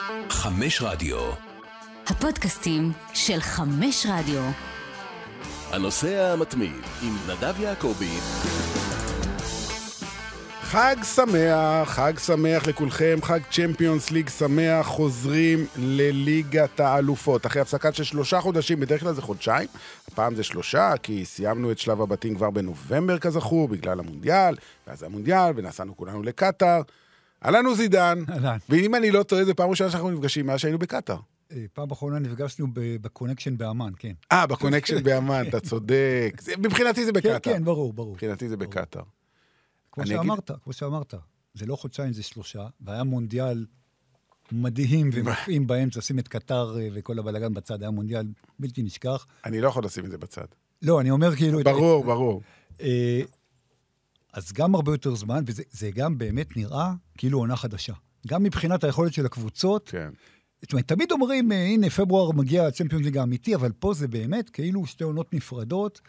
5 רדיו. הפודקאסטים של 5 רדיו. הנושא המתמיד עם נדב יעקבי. חג שמח, חג שמח לכולכם, חג צ'מפיונס ליג שמח, חוזרים לליגת האלופות. אחרי הפסקת של 3 חודשים, בדרך כלל זה חודשיים, הפעם זה 3, כי סיימנו את שלב הבתים כבר בנובמבר כזכור, בגלל המונדיאל, ואז המונדיאל, ונסענו כולנו לקטר. עלינו זידן, ואם אני לא טועה, זה פעם ראשונה שאנחנו נפגשים מאז שהיינו בקטר. פעם אחרונה נפגשנו בקונקשן באמן, כן. בקונקשן באמן, אתה צודק. מבחינתי זה בקטר. כן, ברור. מבחינתי זה בקטר. כמו שאמרת, זה לא חודשיים, זה 3, והיה מונדיאל מדהים ומפעים באמצע, שים את קטר וכל הבלגן בצד, היה מונדיאל בלתי נשכח. אני לא יכול לשים את זה בצד. לא, אני אומר כאילו... ברור. אז גם הרבה יותר זמן, וזה גם באמת נראה כאילו עונה חדשה. גם מבחינת היכולת של הקבוצות, כן. זאת אומרת, תמיד אומרים, הנה, פברואר מגיע הצ'מפיונס ליג האמיתי, אבל פה זה באמת כאילו 2 עונות נפרדות.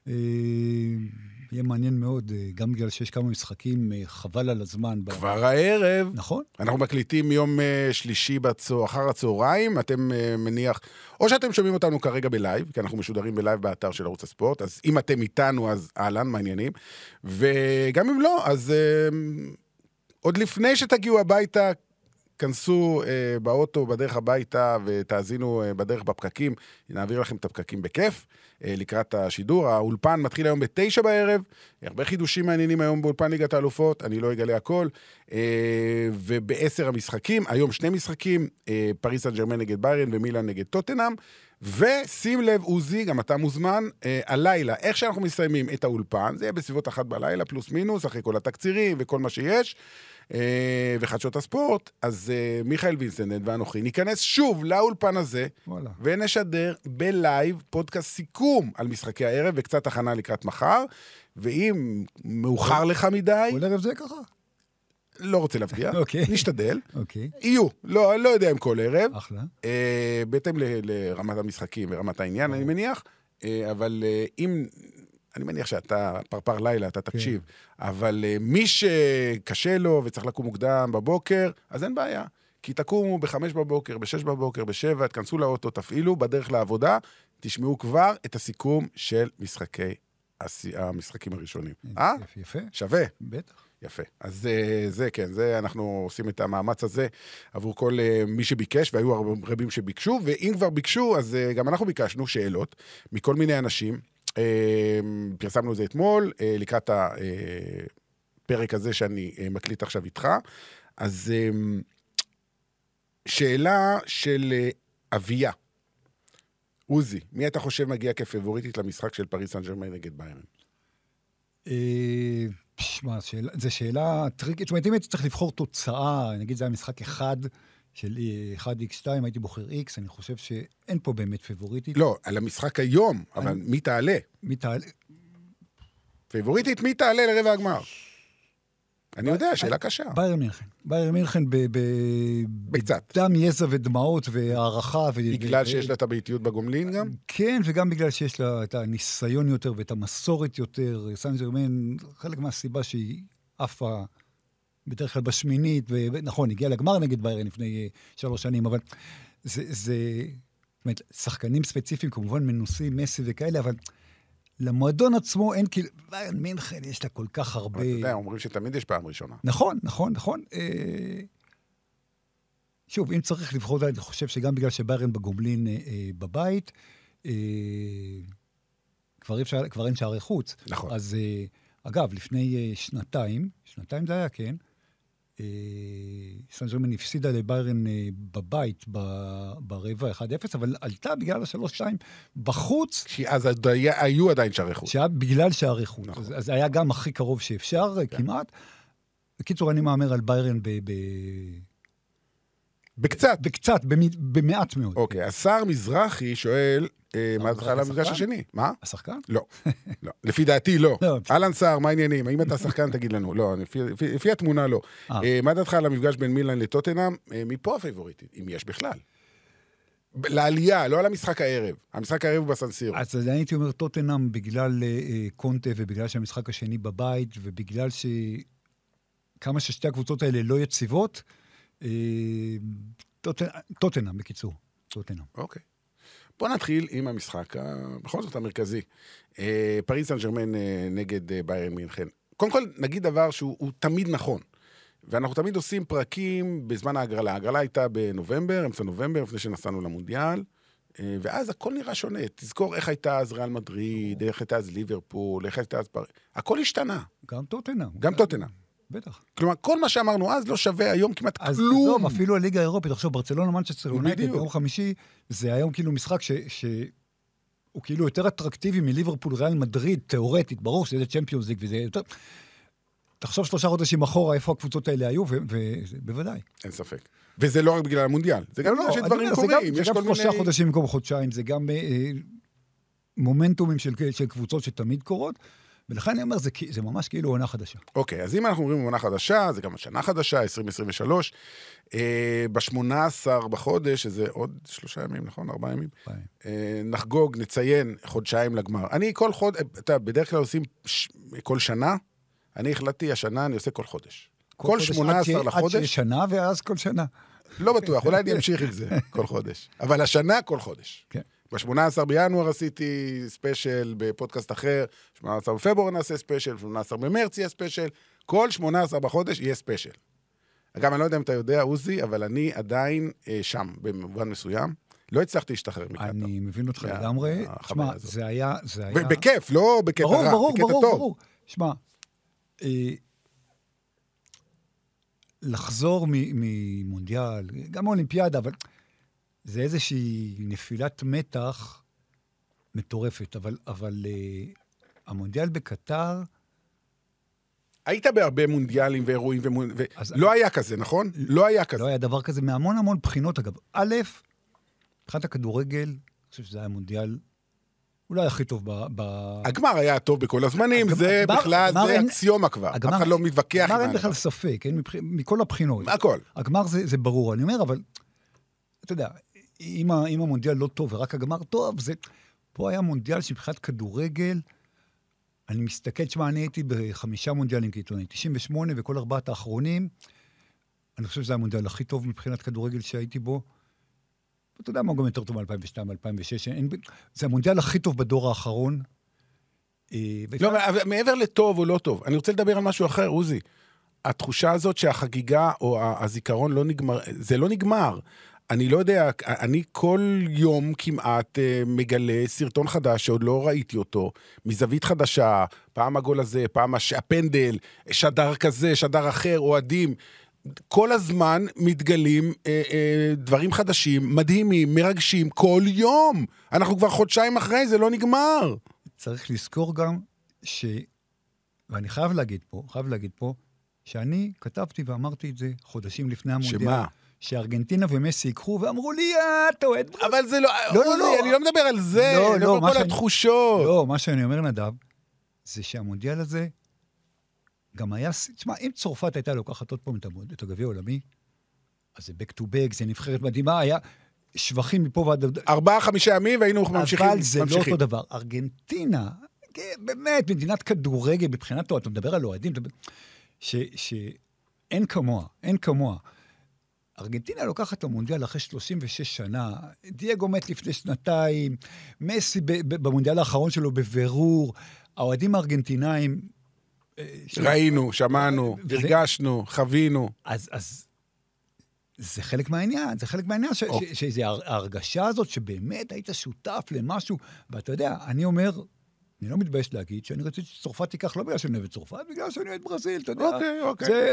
יהיה מעניין מאוד, גם בגלל שיש כמה משחקים, חבל על הזמן. כבר הערב. נכון. אנחנו מקליטים יום שלישי אחר הצהריים, אתם מניח, או שאתם שומעים אותנו כרגע בלייב, כי אנחנו משודרים בלייב באתר של ערוץ הספורט, אז אם אתם איתנו, אז אהלן, מעניינים. וגם אם לא, אז עוד לפני שתגיעו הביתה, כנסו באוטו, בדרך הביתה, ותאזינו בדרך בפקקים, נעביר לכם את הפקקים בכיף, לקראת השידור. האולפן מתחיל היום ב-9 בערב, הרבה חידושים מעניינים היום באולפן ליגת האלופות, אני לא אגלה הכל, וב-10 המשחקים, היום 2 משחקים, פריס סן ז'רמן נגד ביירן ומילאן נגד טוטנהאם, ושים לב, עוזי, גם אתה מוזמן, הלילה, איך שאנחנו מסיימים את האולפן, זה יהיה בסביבות 1 בלילה, פלוס מינוס, אחרי כל התקצירים וכל מה שיש, וחדשות הספורט, אז מיכאל וינסנט ואנוכי ניכנס שוב לאולפן הזה, ונשדר בלייב פודקאסט סיכום על משחקי הערב, וקצת הכנה לקראת מחר, ואם מאוחר לך מדי... כל ערב זה ככה? לא רוצה להבטיח, נשתדל. אוקיי. יהיו, לא יודע אם כל ערב. אחלה. בהתאם לרמת המשחקים ורמת העניין, אני מניח, אבל אם... אני מניח שאתה פרפר לילה, אתה תקשיב, אבל מי שקשה לו וצריך לקום מוקדם בבוקר, אז אין בעיה. כי תקומו ב-5 בבוקר, ב-6 בבוקר, ב-7, תכנסו לאוטו, תפעילו, בדרך לעבודה, תשמעו כבר את הסיכום של המשחקים הראשונים. יפה. שווה? בטח. יפה. אז זה כן, אנחנו עושים את המאמץ הזה עבור כל מי שביקש, והיו רבים שביקשו, ואם כבר ביקשו, אז גם אנחנו ביקשנו שאלות מכל מיני אנשים, פרסמנו את זה אתמול, לקראת הפרק הזה שאני מקליט עכשיו איתך. אז שאלה של אביה. עוזי, מי אתה חושב מגיע כפבוריטית למשחק של פריס סן ז'רמן נגד ביירן? זו שאלה טריקית. זאת אומרת, אם הייתי צריך לבחור תוצאה, נגיד זה היה משחק אחד, של 1x2, הייתי בוחר x, אני חושב שאין פה באמת פבוריטית. לא, על המשחק היום, אבל מי תעלה? מי תעלה? פבוריטית, מי תעלה לרבע הגמר? אני יודע, שאלה קשה. ביירן מינכן בקצת. דם, יזע ודמעות והערכה. בגלל שיש לה את הביתיות בגומלין גם? כן, וגם בגלל שיש לה את הניסיון יותר ואת המסורת יותר. סן ז'רמן, חלק מהסיבה שהיא עפה בדרך כלל בשמינית, ונכון, הגיע לגמר נגד ביירן לפני 3 שנים, אבל זה, זאת אומרת, שחקנים ספציפיים, כמובן מנוסים, מסי וכאלה, אבל למועדון עצמו אין כאילו, ביירן מינכן יש לה כל כך הרבה... אתה יודע, אומרים שתמיד יש פעם ראשונה. נכון. שוב, אם צריך לבחור, אני חושב שגם בגלל שביירן בגומלין בבית, כבר אין שערי חוץ. נכון. אז, אגב, לפני שנתיים זה היה, כן, סן ז'רמן הפסידה לביירן בבית ברבע 1-0, אבל עלתה בגלל ה-3-2 בחוץ. אז היו עדיין שערי חוץ. שהיה בגלל שערי חוץ. אז זה היה גם הכי קרוב שאפשר, כמעט. בקיצור, אני מאמר על ביירן בקצת, במעט מאוד. אוקיי, השר מזרחי שואל, מה דעתך על המפגש השני? מה? השחקן? לא. לפי דעתי לא. אלן שר, מה העניינים? האם אתה שחקן, תגיד לנו. לא, לפי התמונה לא. מה דעתך על המפגש בין מילאן לטוטנהאם? מפה הפייבוריטית, אם יש בכלל. לעלייה, לא על המשחק הערב. המשחק הערב הוא בסנסירו. אז אני הייתי אומר טוטנהאם בגלל קונטה ובגלל שהמשחק השני בבית ובגלל כמה ששתי הקבוצות האלה לא יציבות, טוטנהאם, בקיצור. טוטנהאם. אוקיי. בוא נתחיל עם המשחק, בכל זאת המרכזי. פריז סן ז'רמן נגד ביירן מינכן. קודם כל, נגיד דבר שהוא תמיד נכון. ואנחנו תמיד עושים פרקים בזמן ההגרלה. ההגרלה הייתה בנובמבר, אמצע נובמבר, לפני שנסענו למונדיאל, ואז הכל נראה שונה. תזכור איך הייתה אז ריאל מדריד, איך הייתה אז ליברפול, איך הייתה אז פריז. הכל השתנה. גם טוטנהאם. גם טוטנהאם. בטח. כלומר, כל מה שאמרנו אז לא שווה היום כמעט אז כלום. טוב, אפילו הליגה האירופית, עכשיו ברצלונה מנצ'סטר יונייטד ביום חמישי, זה היום כאילו משחק שהוא כאילו יותר אטרקטיבי מליברפול ריאל מדריד, תיאורטית, ברור שזה צ'מפיונס ליג וזה יותר... תחשוב 3 חודשים אחורה איפה הקבוצות האלה היו, ובוודאי. אין ספק. וזה לא רק בגלל המונדיאל, זה גם בגלל שדברים קורים. זה גם 3 חודשים במקום חודשיים, זה גם מומנטומים של קבוצות שתמיד קורות, ולכן אני אומר, זה ממש כאילו עונה חדשה. אוקיי, אז אם אנחנו אומרים עונה חדשה, זה גם שנה חדשה, 2023, ב-18 בחודש, שזה עוד 3 ימים, נכון? 4 ימים? נחגוג, נציין חודשיים לגמר. אני כל חודש, אתה בדרך כלל עושים כל שנה, אני החלטתי, השנה אני עושה כל חודש. כל 18 לחודש. עד שנה ואז כל שנה. לא בטוח, אולי אני אמשיך עם זה כל חודש. אבל השנה כל חודש. כן. ב-18 בינואר עשיתי ספיישל בפודקאסט אחר, 18 בפברואר נעשה ספיישל, 18 במרץ יהיה ספיישל, כל 18 בחודש יהיה ספיישל. אגב, אני לא יודע אם אתה יודע, עוזי, אבל אני עדיין שם, במובן מסוים. לא הצלחתי להשתחרר מקטר. אני מבין אותך לגמרי. שמע, זה היה... בכיף, לא בקטע רע, בקטע טוב. ברור. שמע, לחזור ממונדיאל, גם אולימפיאדה, אבל זה איזושהי נפילת מתח מטורפת, אבל המונדיאל בקטר... היית בהרבה מונדיאלים ואירועים, לא היה כזה, נכון? לא היה כזה. לא היה דבר כזה, מהמון המון בחינות, אגב. א', מבחינת הכדורגל, אני חושב שזה היה מונדיאל אולי הכי טוב הגמר היה טוב בכל הזמנים, זה בכלל, זה אקסיומה כבר. אף אחד לא מתווכח. הגמר אין בכלל ספק, מכל הבחינות. הכל. הגמר זה ברור, אני אומר, אבל, אתה יודע, אם המונדיאל לא טוב ורק הגמר טוב, פה היה מונדיאל שמבחינת כדורגל, אני מסתכל, שמה, אני הייתי ב5 מונדיאלים כעיתונאי, 98 וכל 4 האחרונים, אני חושב שזה המונדיאל הכי טוב מבחינת כדורגל שהייתי בו, אתה יודע מה, גם יותר טוב מ-2002, 2006, זה המונדיאל הכי טוב בדור האחרון. לא, מעבר לטוב או לא טוב, אני רוצה לדבר על משהו אחר, עוזי. התחושה הזאת שהחגיגה או הזיכרון לא נגמר, זה לא נגמר. אני לא יודע, אני כל יום כמעט מגלה סרטון חדש שעוד לא ראיתי אותו, מזווית חדשה, פעם הגול הזה, פעם הפנדל, שדר כזה, שדר אחר, אוהדים, כל הזמן מתגלים דברים חדשים, מדהימים, מרגשים, כל יום. אנחנו כבר חודשיים אחרי, זה לא נגמר. צריך לזכור גם ואני חייב להגיד פה, שאני כתבתי ואמרתי את זה חודשים לפני המונדיאל. שמה? שארגנטינה ומסי יקחו ואמרו לי, אתה אוהד... אבל זה לא... לא, אני לא מדבר על זה, לא כל התחושות. לא, מה שאני אומר, נדב, זה שהמונדיאל הזה גם היה... תשמע, אם צרפת הייתה לוקחת עוד פעם את הגביע העולמי, אז זה back to back, זה נבחרת מדהימה, היה שבחים מפה ועד... 4-5 ימים והיינו ממשיכים. אבל זה לא אותו דבר. ארגנטינה, באמת, מדינת כדורגל, מבחינת אתה מדבר על אוהדים, שאין כמוה, אין כמוה. ארגנטינה לוקחת את המונדיאל אחרי 36 שנה, דייגו מת לפני 2 מסי במונדיאל האחרון שלו בבירור, האוהדים הארגנטינאים... ראינו, שמענו, הרגשנו, חווינו. אז זה חלק מהעניין, שזה ההרגשה הזאת שבאמת היית שותף למשהו, ואתה יודע, אני אומר, אני לא מתבייש להגיד שאני רציתי שצרפת תיקח, לא בגלל שאני אוהב את צרפת, בגלל שאני אוהב ברזיל, אתה יודע. אוקיי.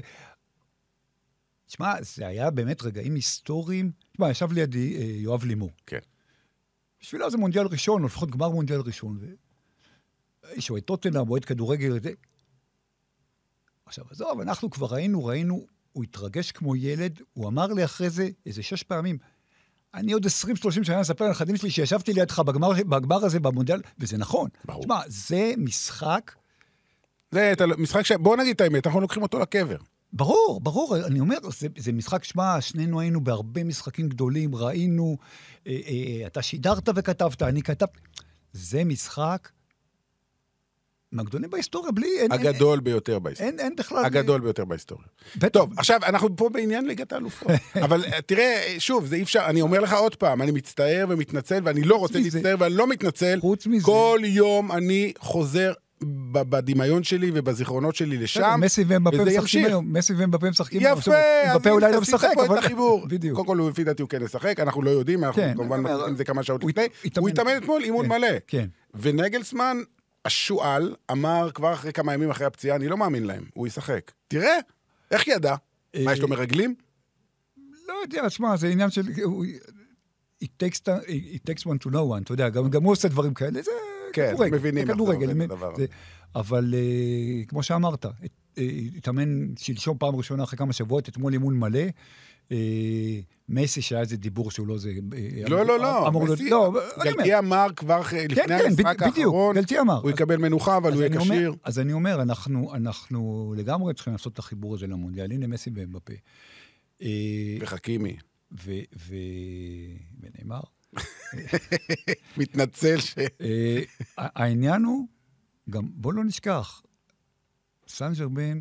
תשמע, זה היה באמת רגעים היסטוריים. תשמע, ישב לידי יואב לימור. כן. בשבילה זה מונדיאל ראשון, או לפחות גמר מונדיאל ראשון. איש אוהד טוטנהאם, אוהד כדורגל. עכשיו, עזוב, אנחנו כבר ראינו, הוא התרגש כמו ילד, הוא אמר לי אחרי זה איזה 6 פעמים, אני עוד 20-30 שנה אספר לנכדים שלי שישבתי לידך בגמר הזה במונדיאל, וזה נכון. ברור. תשמע, זה משחק... זה משחק בוא נגיד את האמת, אנחנו לוקחים אותו לקבר. ברור, אני אומר, זה משחק, שמה, שנינו היינו בהרבה משחקים גדולים, ראינו, אתה שידרת וכתבת, אני כתב, זה משחק מהגדולים בהיסטוריה, בלי... הגדול ביותר בהיסטוריה. אין בכלל... הגדול ביותר בהיסטוריה. טוב, עכשיו, אנחנו פה בעניין ליגת האלופות. אבל תראה, שוב, זה אי אפשר, אני אומר לך עוד פעם, אני מצטער ומתנצל, ואני לא רוצה להצטער, ואני לא מתנצל. כל יום אני חוזר בדמיון שלי ובזיכרונות שלי לשם, וזה ימשיך. מסי ומבפה משחקים. יפה, מבפה אולי לא משחק, אבל... קודם כל, לפי דעתי הוא כן לשחק, אנחנו לא יודעים, אנחנו כמובן מתחילים את זה כמה שעות לפני. הוא התאמן אתמול אימון מלא. ונגלסמן, השואל, אמר כבר אחרי כמה ימים אחרי הפציעה, אני לא מאמין להם, הוא ישחק. תראה, איך ידע? מה, יש לו מרגלים? לא יודע, תשמע, זה עניין של... It takes one to know one, אתה יודע, גם הוא עושה דברים כאלה, זה כדורגל. אבל כמו שאמרת, התאמן שלשום פעם ראשונה אחרי כמה שבועות, אתמול אימון מלא, מסי שהיה איזה דיבור שהוא לא זה... לא, גלטי אמר כבר לפני המשחק האחרון, הוא יקבל מנוחה, אבל הוא יהיה קשיר. אז אני אומר, אנחנו לגמרי צריכים לעשות את החיבור הזה למונדיאל, הנה מסי ומבפה. וחכימי. ונאמר. מתנצל העניין הוא, גם בוא לא נשכח, סן ז'רמן,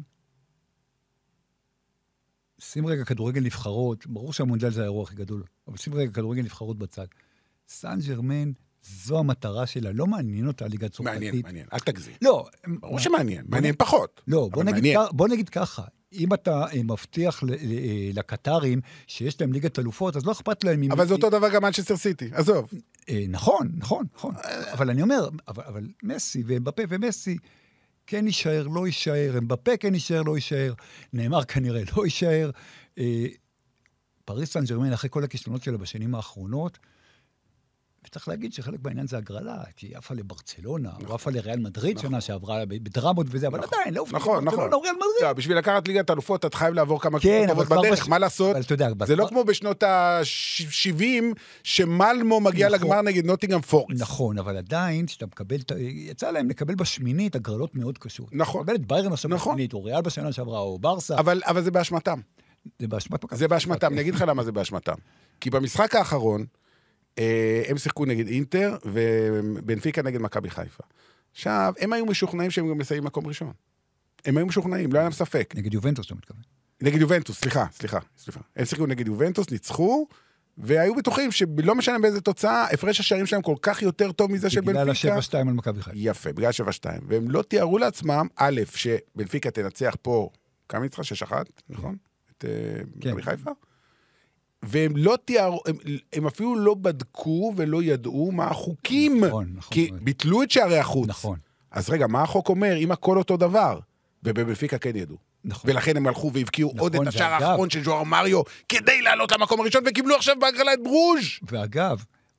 שים רגע כדורגל נבחרות, ברור שהמונדיאל זה האירוע הכי גדול, אבל שים רגע כדורגל נבחרות בצד. סן ז'רמן, זו המטרה שלה, לא מעניין אותה ליגה צרפתית. מעניין, אל תגזים. לא. ברור שמעניין, מעניין פחות. לא, בוא נגיד ככה, אם אתה מבטיח לקטרים שיש להם ליגת אלופות, אז לא אכפת להם... אבל זה אותו דבר גם מנצ'סטר סיטי, עזוב. נכון. אבל אני אומר, אבל מסי ומבפה ומסי, כן יישאר, לא יישאר, מבפה כן יישאר, לא יישאר, נאמר כנראה לא יישאר. פריס סן ז'רמן, אחרי כל הכישלונות שלה בשנים האחרונות, וצריך להגיד שחלק בעניין זה הגרלה, כי היא עפה לברצלונה, או עפה לריאל מדריד שנה שעברה בדרמות וזה, אבל עדיין, לא עופה לברצלונה או ריאל מדריד. בשביל לקחת ליגת האלופות, אתה חייב לעבור כמה טובות בדרך, מה לעשות? זה לא כמו בשנות ה-70, שמלמו מגיע לגמר נגד נוטינגהאם פורסט. נכון, אבל עדיין, שאתה מקבל, יצא להם לקבל בשמינית, הגרלות מאוד קשות. נכון. לקבל את ביירן עכשיו בשמינית, או ריאל בשנה שעברה, או ברסה. אבל זה באשמתם. זה באשמתם. אני אגיד לך למה זה באשמתם. כי במשחק האחרון הם שיחקו נגד אינטר, ובנפיקה נגד מכבי חיפה. עכשיו, הם היו משוכנעים שהם גם מסיימים מקום ראשון. הם היו משוכנעים, לא היה להם ספק. נגד יובנטוס, אתה מתכוון. נגד יובנטוס, סליחה. הם שיחקו נגד יובנטוס, ניצחו, והיו בטוחים שלא משנה באיזה תוצאה, הפרש השערים שלהם כל כך יותר טוב מזה של בנפיקה. בגלל ה-7-2 על מכבי חיפה. יפה, בגלל 7-2. והם לא תיארו לעצמם, א', שבנפיקה תנצח פה, כמה ניצחה? 6-1, נכון? את מכבי חיפה? והם לא תיארו, הם אפילו לא בדקו ולא ידעו מה החוקים. נכון. כי ביטלו את שערי החוץ. נכון. אז רגע, מה החוק אומר? אם הכל אותו דבר. ובנפיקה כן ידעו. נכון. ולכן הם הלכו והבקיעו עוד את השער האחרון של ז'ואר מריו, כדי לעלות למקום הראשון, וקיבלו עכשיו בהגרלה את ברוז'. ואגב,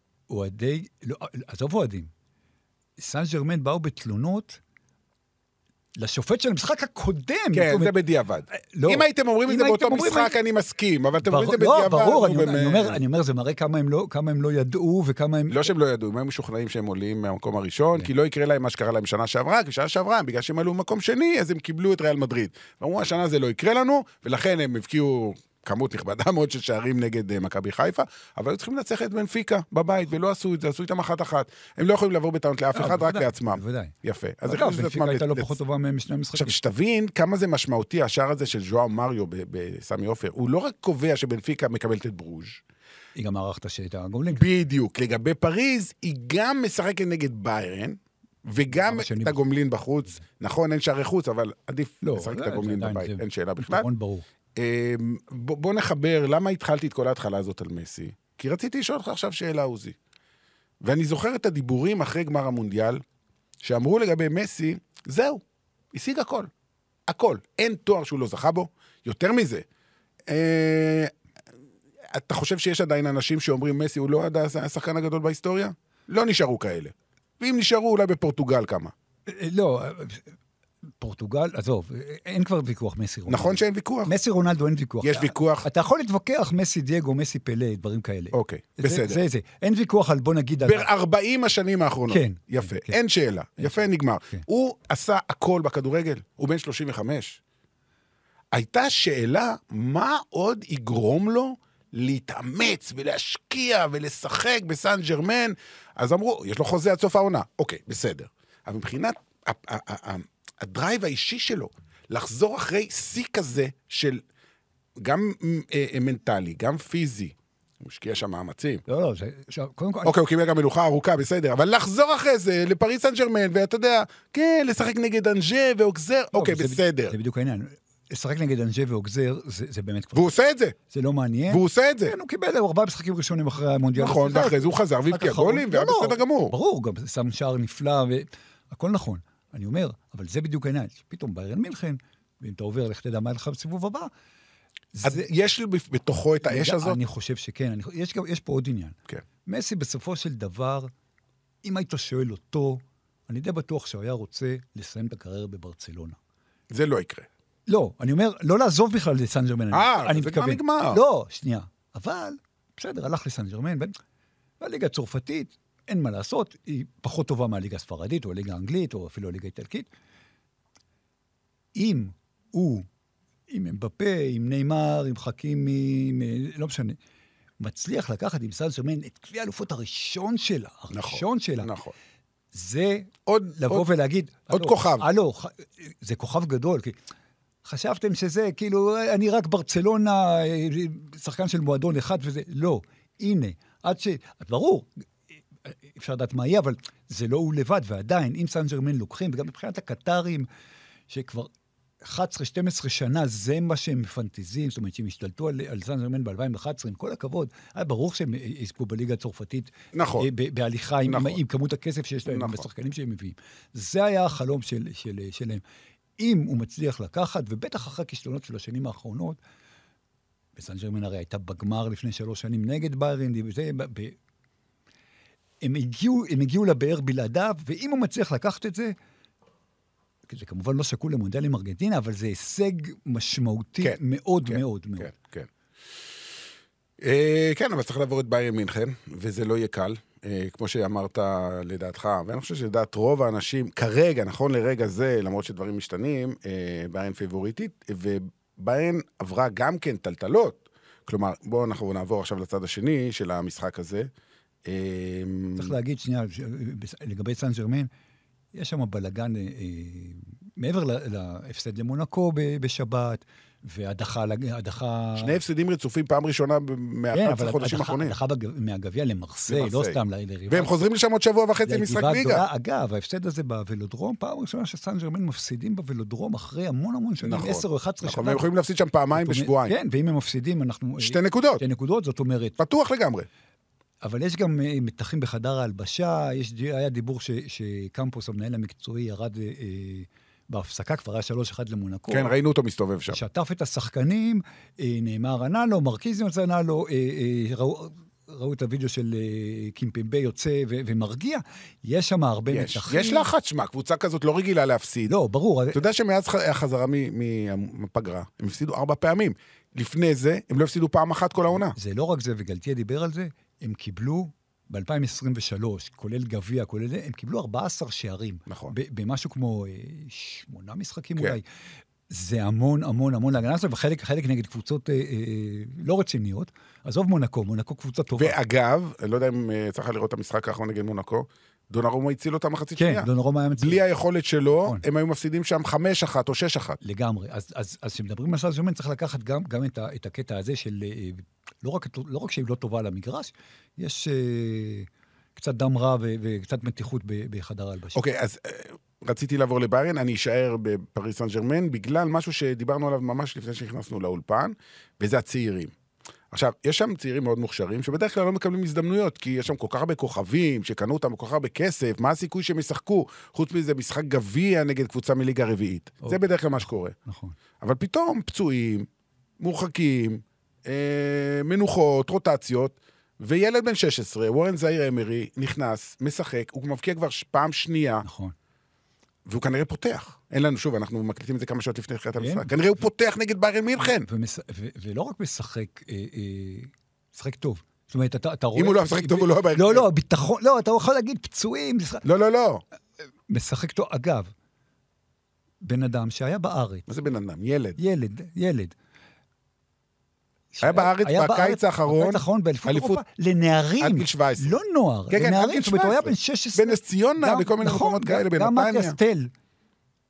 עזוב אוהדים, סן ז'רמן באו בתלונות, לשופט של המשחק הקודם. כן, זה בדיעבד. אם הייתם אומרים את זה באותו משחק, אני מסכים, אבל אתם אומרים את זה בדיעבד. לא, ברור, אני אומר, זה מראה כמה הם לא ידעו, וכמה הם... לא שהם לא ידעו, הם היו משוכנעים שהם עולים מהמקום הראשון, כי לא יקרה להם מה שקרה להם שנה שעברה, כי שנה שעברה, בגלל שהם עלו במקום שני, אז הם קיבלו את ריאל מדריד. ואמרו, השנה זה לא יקרה לנו, ולכן הם הבקיעו כמות נכבדה מאוד של שערים נגד מכבי חיפה, אבל היו צריכים לנצח את בנפיקה בבית, ולא עשו את זה, עשו איתם אחת. הם לא יכולים לעבור בטענות לאף אחד, רק לעצמם. יפה. אז בנפיקה הייתה לא פחות טובה משני המשחקים. עכשיו, שתבין כמה זה משמעותי, השער הזה של ז'ואר מריו בסמי עופר, הוא לא רק קובע שבנפיקה מקבלת את ברוז', היא גם ערכת שאת הגומלין. בדיוק. לגבי פריז, היא גם משחקת נגד ביירן, וגם את הגומלין בחוץ. נכון, אין שערי חוץ, אבל עדיף לשחק את הגומלין בבית. אין שאלה בכלל. ברור. בוא נחבר, למה התחלתי את כל ההתחלה הזאת על מסי? כי רציתי לשאול אותך עכשיו שאלה, עוזי. ואני זוכר את הדיבורים אחרי גמר המונדיאל, שאמרו לגבי מסי, זהו, השיג הכל. הכל. אין תואר שהוא לא זכה בו. יותר מזה. אתה חושב שיש עדיין אנשים שאומרים, מסי הוא לא השחקן הגדול בהיסטוריה? לא נשארו כאלה. ואם נשארו, אולי בפורטוגל כמה. לא, פורטוגל, עזוב, אין כבר ויכוח מסי רונלדו. נכון שאין ויכוח? מסי רונלדו אין ויכוח. יש ויכוח? אתה יכול להתווכח מסי דייגו, מסי פלא, דברים כאלה. אוקיי, בסדר. זה. אין ויכוח על, בוא נגיד... ב-40 השנים האחרונות. כן. יפה, אין שאלה. יפה, נגמר. הוא עשה הכל בכדורגל, הוא בן 35. הייתה שאלה, מה עוד יגרום לו להתאמץ ולהשקיע ולשחק בסן ז'רמן? אז אמרו, יש לו חוזה עד סוף העונה. אוקיי, בסדר. אבל מבחינת הדרייב האישי שלו, לחזור אחרי שיא כזה של גם מנטלי, גם פיזי, הוא משקיע שם מאמצים. לא, קודם כל... אוקיי, הוא קיבל גם מלוכה ארוכה, בסדר, אבל לחזור אחרי זה לפריס סן ז'רמן, ואתה יודע, כן, לשחק נגד אנג'ה ואוגזר, אוקיי, בסדר. זה בדיוק העניין. לשחק נגד אנג'ה ואוגזר, זה באמת כבר... והוא עושה את זה. זה לא מעניין. והוא עושה את זה. כן, הוא קיבל 4 משחקים ראשונים אחרי המונדיאל. נכון, ואחרי זה הוא חזר והבקיע גולים, והיה בסדר גמור. ברור, גם שם שער נפלא, והכל נכון. אני אומר, אבל זה בדיוק העניין. פתאום ביירן מינכן, ואם אתה עובר, לך תדע מה לך בסיבוב הבא, יש בתוכו את האש הזאת? אני חושב שכן. יש פה עוד עניין. כן. מסי בסופו של דבר, אם היית שואל אותו, אני די בטוח שהוא היה רוצה לסיים את הקריירה בברצלונה. זה לא יקרה. לא, אני אומר, לא לעזוב בכלל לסן ז'רמן. זה כבר נגמר. לא, שנייה. אבל, בסדר, הלך לסן ז'רמן, והליגה הצרפתית, אין מה לעשות, היא פחות טובה מהליגה הספרדית, או הליגה האנגלית, או אפילו הליגה האיטלקית. אם הוא, עם אמבפה, עם ניימר, עם חכימי, לא משנה, מצליח לקחת עם סן ז'רמן את גביע האלופות הראשון שלה, נכון. זה עוד לבוא ולהגיד... עוד כוכב. זה כוכב גדול, כי חשבתם שזה, כאילו, אני רק ברצלונה, שחקן של מועדון אחד וזה, לא, הנה, עד ש... ברור, אפשר לדעת מה יהיה, אבל זה לא הוא לבד, ועדיין, אם סן ז'רמן לוקחים, וגם מבחינת הקטרים, שכבר 11-12 שנה, זה מה שהם מפנטזים, זאת אומרת, שהם השתלטו על סן ז'רמן ב-2011, עם כל הכבוד, היה ברור שהם יזכו בליגה הצרפתית, נכון. בהליכה עם כמות הכסף שיש להם, בשחקנים שהם מביאים. זה היה החלום שלהם. אם הוא מצליח לקחת, ובטח אחרי הכישלונות של השנים האחרונות, וסן ז'רמן הרי הייתה בגמר לפני 3 שנים נגד ביירן, הם הגיעו לבאר בלעדיו, ואם הוא מצליח לקחת את זה, זה כמובן לא שקול למונדיאל עם ארגנטינה, אבל זה הישג משמעותי מאוד מאוד מאוד. כן, אבל צריך לעבור את ביירן מינכן, וזה לא יהיה קל, כמו שאמרת לדעתך, ואני חושב שלדעת רוב האנשים, כרגע, נכון לרגע זה, למרות שדברים משתנים, ביירן פיבוריטית, וביירן עברה גם כן טלטלות, כלומר, בואו אנחנו נעבור עכשיו לצד השני של המשחק הזה. צריך להגיד שנייה, לגבי סן ז'רמן, יש שם בלגן, מעבר להפסד למונקו בשבת, והדחה... 2 הפסדים רצופים פעם ראשונה מ-11 חודשים האחרונים. הדחה מהגביע למרסיי, לא סתם לריבה. והם חוזרים לשם עוד שבוע וחצי משחק ליגה. אגב, ההפסד הזה בוולודרום, פעם ראשונה שסן ז'רמן מפסידים בוולודרום אחרי המון שנים, 10 או 11 שנה. והם יכולים להפסיד שם פעמיים בשבועיים. כן, ואם הם מפסידים, אנחנו... 2 נקודות. 2 נקודות, זאת אומרת... פתוח לגמרי. אבל יש גם מתחים בחדר ההלבשה, היה דיבור שקמפוס, המנהל המקצועי, ירד בהפסקה, כבר היה 3-1 למונקו. כן, ראינו אותו מסתובב שם. שטף את השחקנים, נאמר ענה לו, מרקיזיון ענה לו, ראו את הוידאו של קימפמבה יוצא ומרגיע, יש שם הרבה מתחים. יש לחץ, שמה, קבוצה כזאת לא רגילה להפסיד. לא, ברור. אתה יודע שמאז החזרה מהפגרה, הם הפסידו 4 פעמים. לפני זה, הם לא הפסידו פעם אחת כל העונה. זה לא רק זה, וגלתיה דיבר על זה, הם קיבלו ב-2023, כולל גביע, כולל זה, הם קיבלו 14 שערים. נכון. במשהו כמו 8 משחקים אולי. זה המון להגנה הזאת, וחלק נגד קבוצות לא רציניות. עזוב מונקו קבוצה טובה. ואגב, לא יודע אם צריך לראות את המשחק האחרון נגד מונקו, דונרומה הציל אותם מחצית שנייה. כן, דונרומה היה מציל. בלי היכולת שלו, הם היו מפסידים שם 5-1 או 6-1. לגמרי. אז כשמדברים על סן ז'רמן, צריך לקחת גם את הקטע הזה של, לא רק שהיא לא טובה על המגרש, יש קצת דם רע וקצת מתיחות בחדר ההלבשה. אוקיי, אז רציתי לעבור לביירן, אני אשאר בפריס סן ז'רמן, בגלל משהו שדיברנו עליו ממש לפני שנכנסנו לאולפן, וזה הצעירים. עכשיו, יש שם צעירים מאוד מוכשרים, שבדרך כלל לא מקבלים הזדמנויות, כי יש שם כל כך הרבה כוכבים, שקנו אותם כל כך הרבה כסף, מה הסיכוי שהם ישחקו? חוץ מזה, משחק גביע נגד קבוצה מליגה רביעית. זה בדרך כלל מה שקורה. נכון. אבל פתאום פצועים, מורחקים, מנוחות, רוטציות, וילד בן 16, וורן זאיר אמרי, נכנס, משחק, הוא מבקיע כבר פעם שנייה. נכון. והוא כנראה פותח. אין לנו, שוב, אנחנו מקליטים את זה כמה שעות לפני תחילת המשחק. כנראה הוא פותח נגד ביירן מינכן. ולא רק משחק טוב. זאת אומרת, אתה רואה... אם הוא לא משחק טוב, הוא לא ביירן. לא, ביטחון, לא, אתה יכול להגיד פצועים. לא. משחק טוב, אגב, בן אדם שהיה בארץ. מה זה בן אדם? ילד. ילד. היה בארץ בקיץ האחרון, באליפות לנערים. עד גיל 17. לא נוער, לנערים. זאת אומרת, הוא היה בן 16. בן נס ציונה, בכל מיני מקומות כאלה, גם מטיאס טל,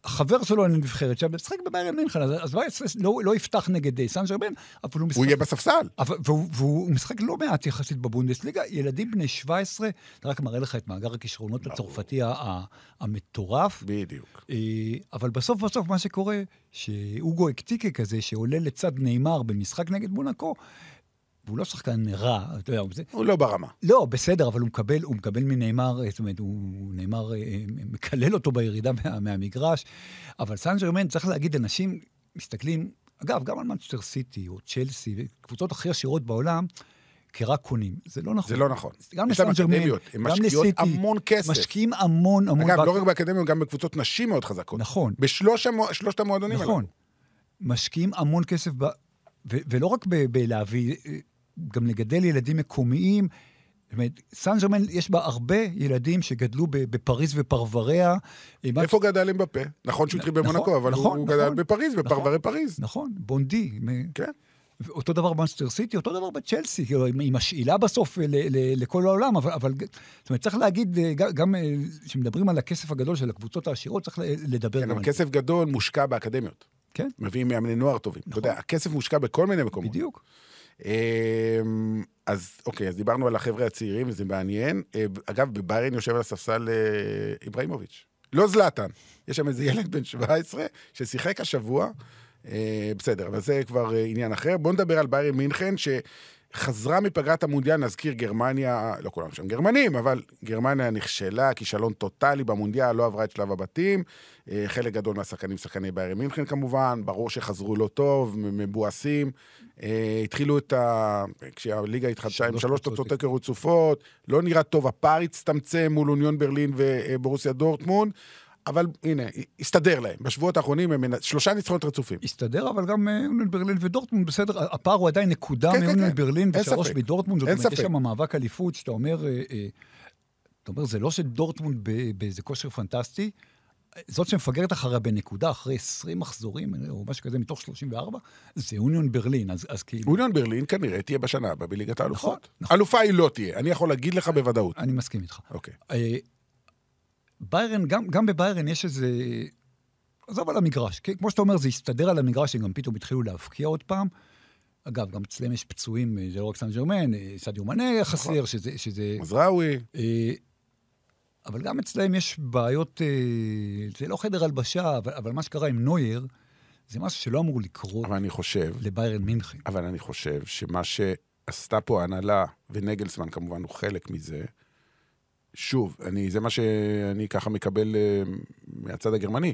החבר שלו לנבחרת, שמשחק בביירן מינכן, אז לא יפתח נגד סן ז'רמן, אבל הוא משחק... הוא יהיה בספסל. והוא משחק לא מעט יחסית בבונדסליגה, ילדים בני 17, זה רק מראה לך את מאגר הכישרונות הצרפתי המטורף. בדיוק. אבל בסוף מה שקורה, שאוגו אקטיקה כזה, שעולה לצד ניימר במשחק נגד מונקו, והוא לא שחקן רע, אתה יודע, הוא לא ברמה. לא, בסדר, אבל הוא מקבל מניימר, זאת אומרת, ניימר מקלל אותו בירידה מהמגרש, אבל סן ז'רמן, צריך להגיד, אנשים מסתכלים, אגב, גם על מנצ'סטר סיטי או צ'לסי, קבוצות הכי עשירות בעולם, כרק קונים. זה לא נכון. זה לא נכון. גם לסן ז'רמן, הם משקיעות המון כסף. משקיעים המון. אגב, לא רק באקדמיות, גם בקבוצות נשים מאוד חזקות. נכון. בשלושת המועדונים האלה. נכון. משקיעים המון כסף, ולא רק בלהביא... גם לגדל ילדים מקומיים, זאת אומרת, סן ז'רמן יש בה הרבה ילדים שגדלו בפריז ופרבריה. איפה גדל אמבפה? נכון שהוא התחיל במונקו, אבל הוא גדל בפריז, בפרברי פריז. נכון, בונדי. כן. אותו דבר במנצ'סטר סיטי, אותו דבר בצ'לסי, היא משאילה בסוף לכל העולם, אבל זאת אומרת, צריך להגיד, גם כשמדברים על הכסף הגדול של הקבוצות העשירות, צריך לדבר כן, גם אבל כסף גדול מושקע באקדמיות. כן. מביאים מאמני נוער טובים. אתה יודע, הכסף מושקע בכל מיני מקומות. בדיוק. אז אוקיי, אז דיברנו על החבר'ה הצעירים, וזה מעניין. אגב, בביירן יושב על הספסל איברהימוביץ'. לא זלאטן. יש שם איזה ילד בן 17 ששיחק השבוע. בסדר, אבל זה כבר עניין אחר. בואו נדבר על ביירן מינכן, שחזרה מפגרת המונדיאל, נזכיר גרמניה, לא כולם שם גרמנים, אבל גרמניה נכשלה, כישלון טוטלי במונדיאל, לא עברה את שלב הבתים. חלק גדול מהשחקנים, שחקני ביירן מינכן כמובן, ברור שחזרו לא טוב, מבואסים. התחילו כשהליגה התחדשה עם 3 תוצאות רצופות, לא נראה טוב, הפער הצטמצם מול אוניון ברלין ובורוסיה דורטמונד, אבל הנה, הסתדר להם. בשבועות האחרונים הם 3 ניצחונות רצופים. הסתדר, אבל גם אוניון ברלין ודורטמונד, בסדר, הפער הוא עדיין נקודה מאוניון ברלין ו3 מדורטמונד, זאת אומרת, יש שם מאבק אליפות, שאתה אומר, זה לא שדורטמונד באיזה כושר פנטסטי, זאת שמפגרת אחריה בנקודה, אחרי 20 מחזורים, או משהו כזה מתוך 34, זה אוניון ברלין, אז כאילו... אוניון ברלין כנראה תהיה בשנה הבאה בליגת האלופות. אלופה היא לא תהיה, אני יכול להגיד לך בוודאות. אני מסכים איתך. אוקיי. ביירן, גם בביירן יש איזה... עזוב על המגרש, כמו שאתה אומר, זה הסתדר על המגרש, הם גם פתאום התחילו להפקיע עוד פעם. אגב, גם אצלם יש פצועים, זה לא רק סן ז'רמן, סדיו מנה חסר, שזה... מזראוי. אבל גם אצלהם יש בעיות, זה לא חדר הלבשה, אבל מה שקרה עם נויר, זה משהו שלא אמור לקרות לביירן מינכן. אבל אני חושב שמה שעשתה פה ההנהלה, ונגלסמן כמובן הוא חלק מזה, שוב, זה מה שאני ככה מקבל מהצד הגרמני,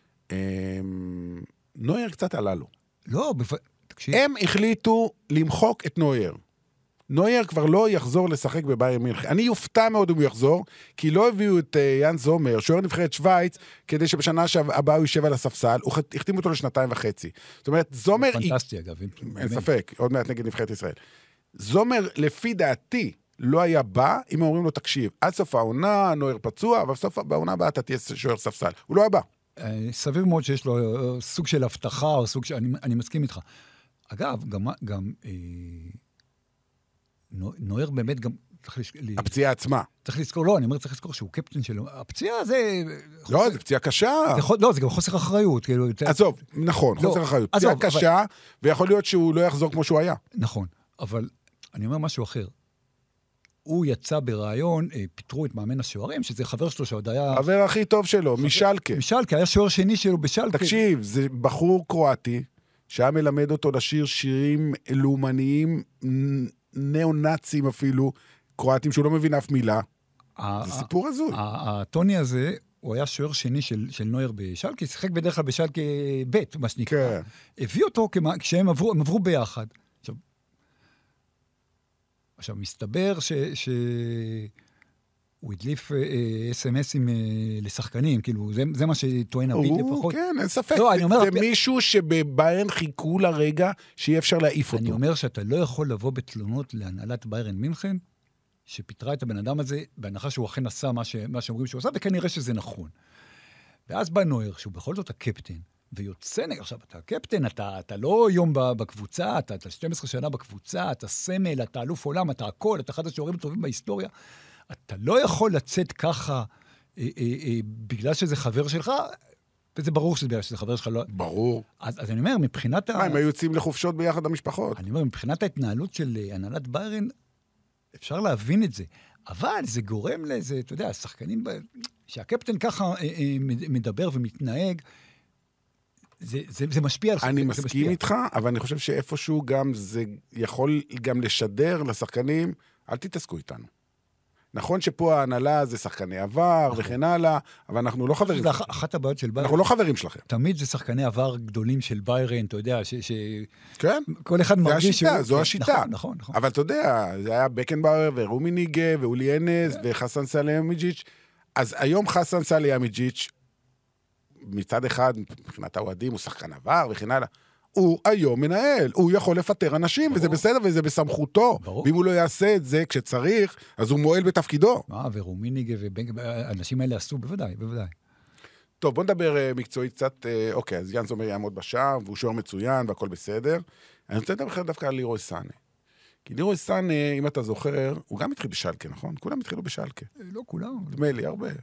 נויר קצת עלה לו. לא, תקשיב. הם החליטו למחוק את נויר. נויר כבר לא יחזור לשחק בביירן מינכן. אני יופתע מאוד אם הוא יחזור, כי לא הביאו את יאן זומר, שוער נבחרת שוויץ, כדי שבשנה הבאה הוא יישב על הספסל, הוא החתים אותו ל2.5 שנים. זאת אומרת, זומר... פנטסטי, אגב. אין ספק, עוד מעט נגד נבחרת ישראל. זומר, לפי דעתי, לא היה בא, אם אומרים לו, תקשיב, עד סוף העונה, נויר פצוע, אבל בסוף בעונה הבאה אתה תהיה שוער ספסל. הוא לא היה בא. סביר מאוד שיש לו סוג של הבטחה, או סוג של... אני מסכים איתך. אגב, גם נויר באמת גם... הפציעה עצמה. צריך לזכור, לא, אני אומר, צריך לזכור שהוא קפטן שלו. הפציעה זה... לא, זה פציעה קשה. לא, זה גם חוסר אחריות. עזוב, נכון, חוסר אחריות. פציעה קשה, ויכול להיות שהוא לא יחזור כמו שהוא היה. נכון, אבל אני אומר משהו אחר. הוא יצא ברעיון, פיתרו את מאמן השוערים, שזה חבר שלו שעוד היה... חבר הכי טוב שלו, משלקה. משלקה, היה שוער שני שלו בשלקה. תקשיב, זה בחור קרואטי, שהיה מלמד אותו לשיר שירים לאומניים, נאו-נאצים אפילו, קרואטים שהוא לא מבין אף מילה. זה סיפור הזוי. הטוני הזה, הוא היה שוער שני של נויר בשלקה, שיחק בדרך כלל בשלקה ב', מה שנקרא. הביא אותו כשהם עברו ביחד. עכשיו, מסתבר שהוא הדליף אס-אמסים לשחקנים, כאילו, זה מה שטוען הביט לפחות. כן, אין ספק. זה מישהו שבביירן חיכו לרגע שיהיה אפשר להעיף אותו. אני אומר שאתה לא יכול לבוא בתלונות להנהלת ביירן מינכן, שפיתרה את הבן אדם הזה, בהנחה שהוא אכן עשה מה שאומרים שהוא עשה, וכנראה שזה נכון. ואז בא נויר, שהוא בכל זאת הקפטן, ויוצא נגד, עכשיו, אתה הקפטן, אתה לא יום בקבוצה, אתה 12 שנה בקבוצה, אתה סמל, אתה אלוף עולם, אתה הכל, אתה אחד השוערים הטובים בהיסטוריה, אתה לא יכול לצאת ככה, בגלל שזה חבר שלך, וזה ברור שזה חבר שלך לא... ברור. אז אני אומר, מבחינת הם היו יוצאים לחופשות ביחד המשפחות. אני אומר, מבחינת ההתנהלות של הנהלת ביירן, אפשר להבין את זה. אבל זה גורם לזה, אתה יודע, השחקנים, שהקפטן ככה מדבר ומתנהג, זה משפיע על חלק. אני מסכים איתך, אבל אני חושב שאיפשהו גם זה יכול גם לשדר לשחקנים, אל תתעסקו איתנו. נכון שפה ההנהלה זה שחקני עבר וכן הלאה, אבל אנחנו לא חברים. זה אחת הבעיות של ביירן. אנחנו לא חברים שלכם. תמיד זה שחקני עבר גדולים של ביירן, אתה יודע, כן. כל אחד מרגיש שהוא... זו השיטה. נכון. אבל אתה יודע, זה היה בקנבאואר ורומיניגה ואולי אנס וחסן סלאמיג'יץ'. אז היום חסן סלאמיג'יץ', מצד אחד, מבחינת האוהדים, הוא שחקן עבר וכן הלאה. הוא היום מנהל, הוא יכול לפטר אנשים, וזה בסדר, וזה בסמכותו. ואם הוא לא יעשה את זה כשצריך, אז הוא מועל בתפקידו. ורומיניגה האנשים האלה עשו, בוודאי. טוב, בוא נדבר מקצועית קצת. אוקיי, אז יאן זומר יעמוד בשער, והוא שוער מצוין, והכל בסדר. אני רוצה לדבר דווקא על לירוי סאנה. כי לירוי סאנה, אם אתה זוכר, הוא גם התחיל בשלקה, נכון? כולם התחילו בשלקה. לא כולם. דמה לי, הרבה.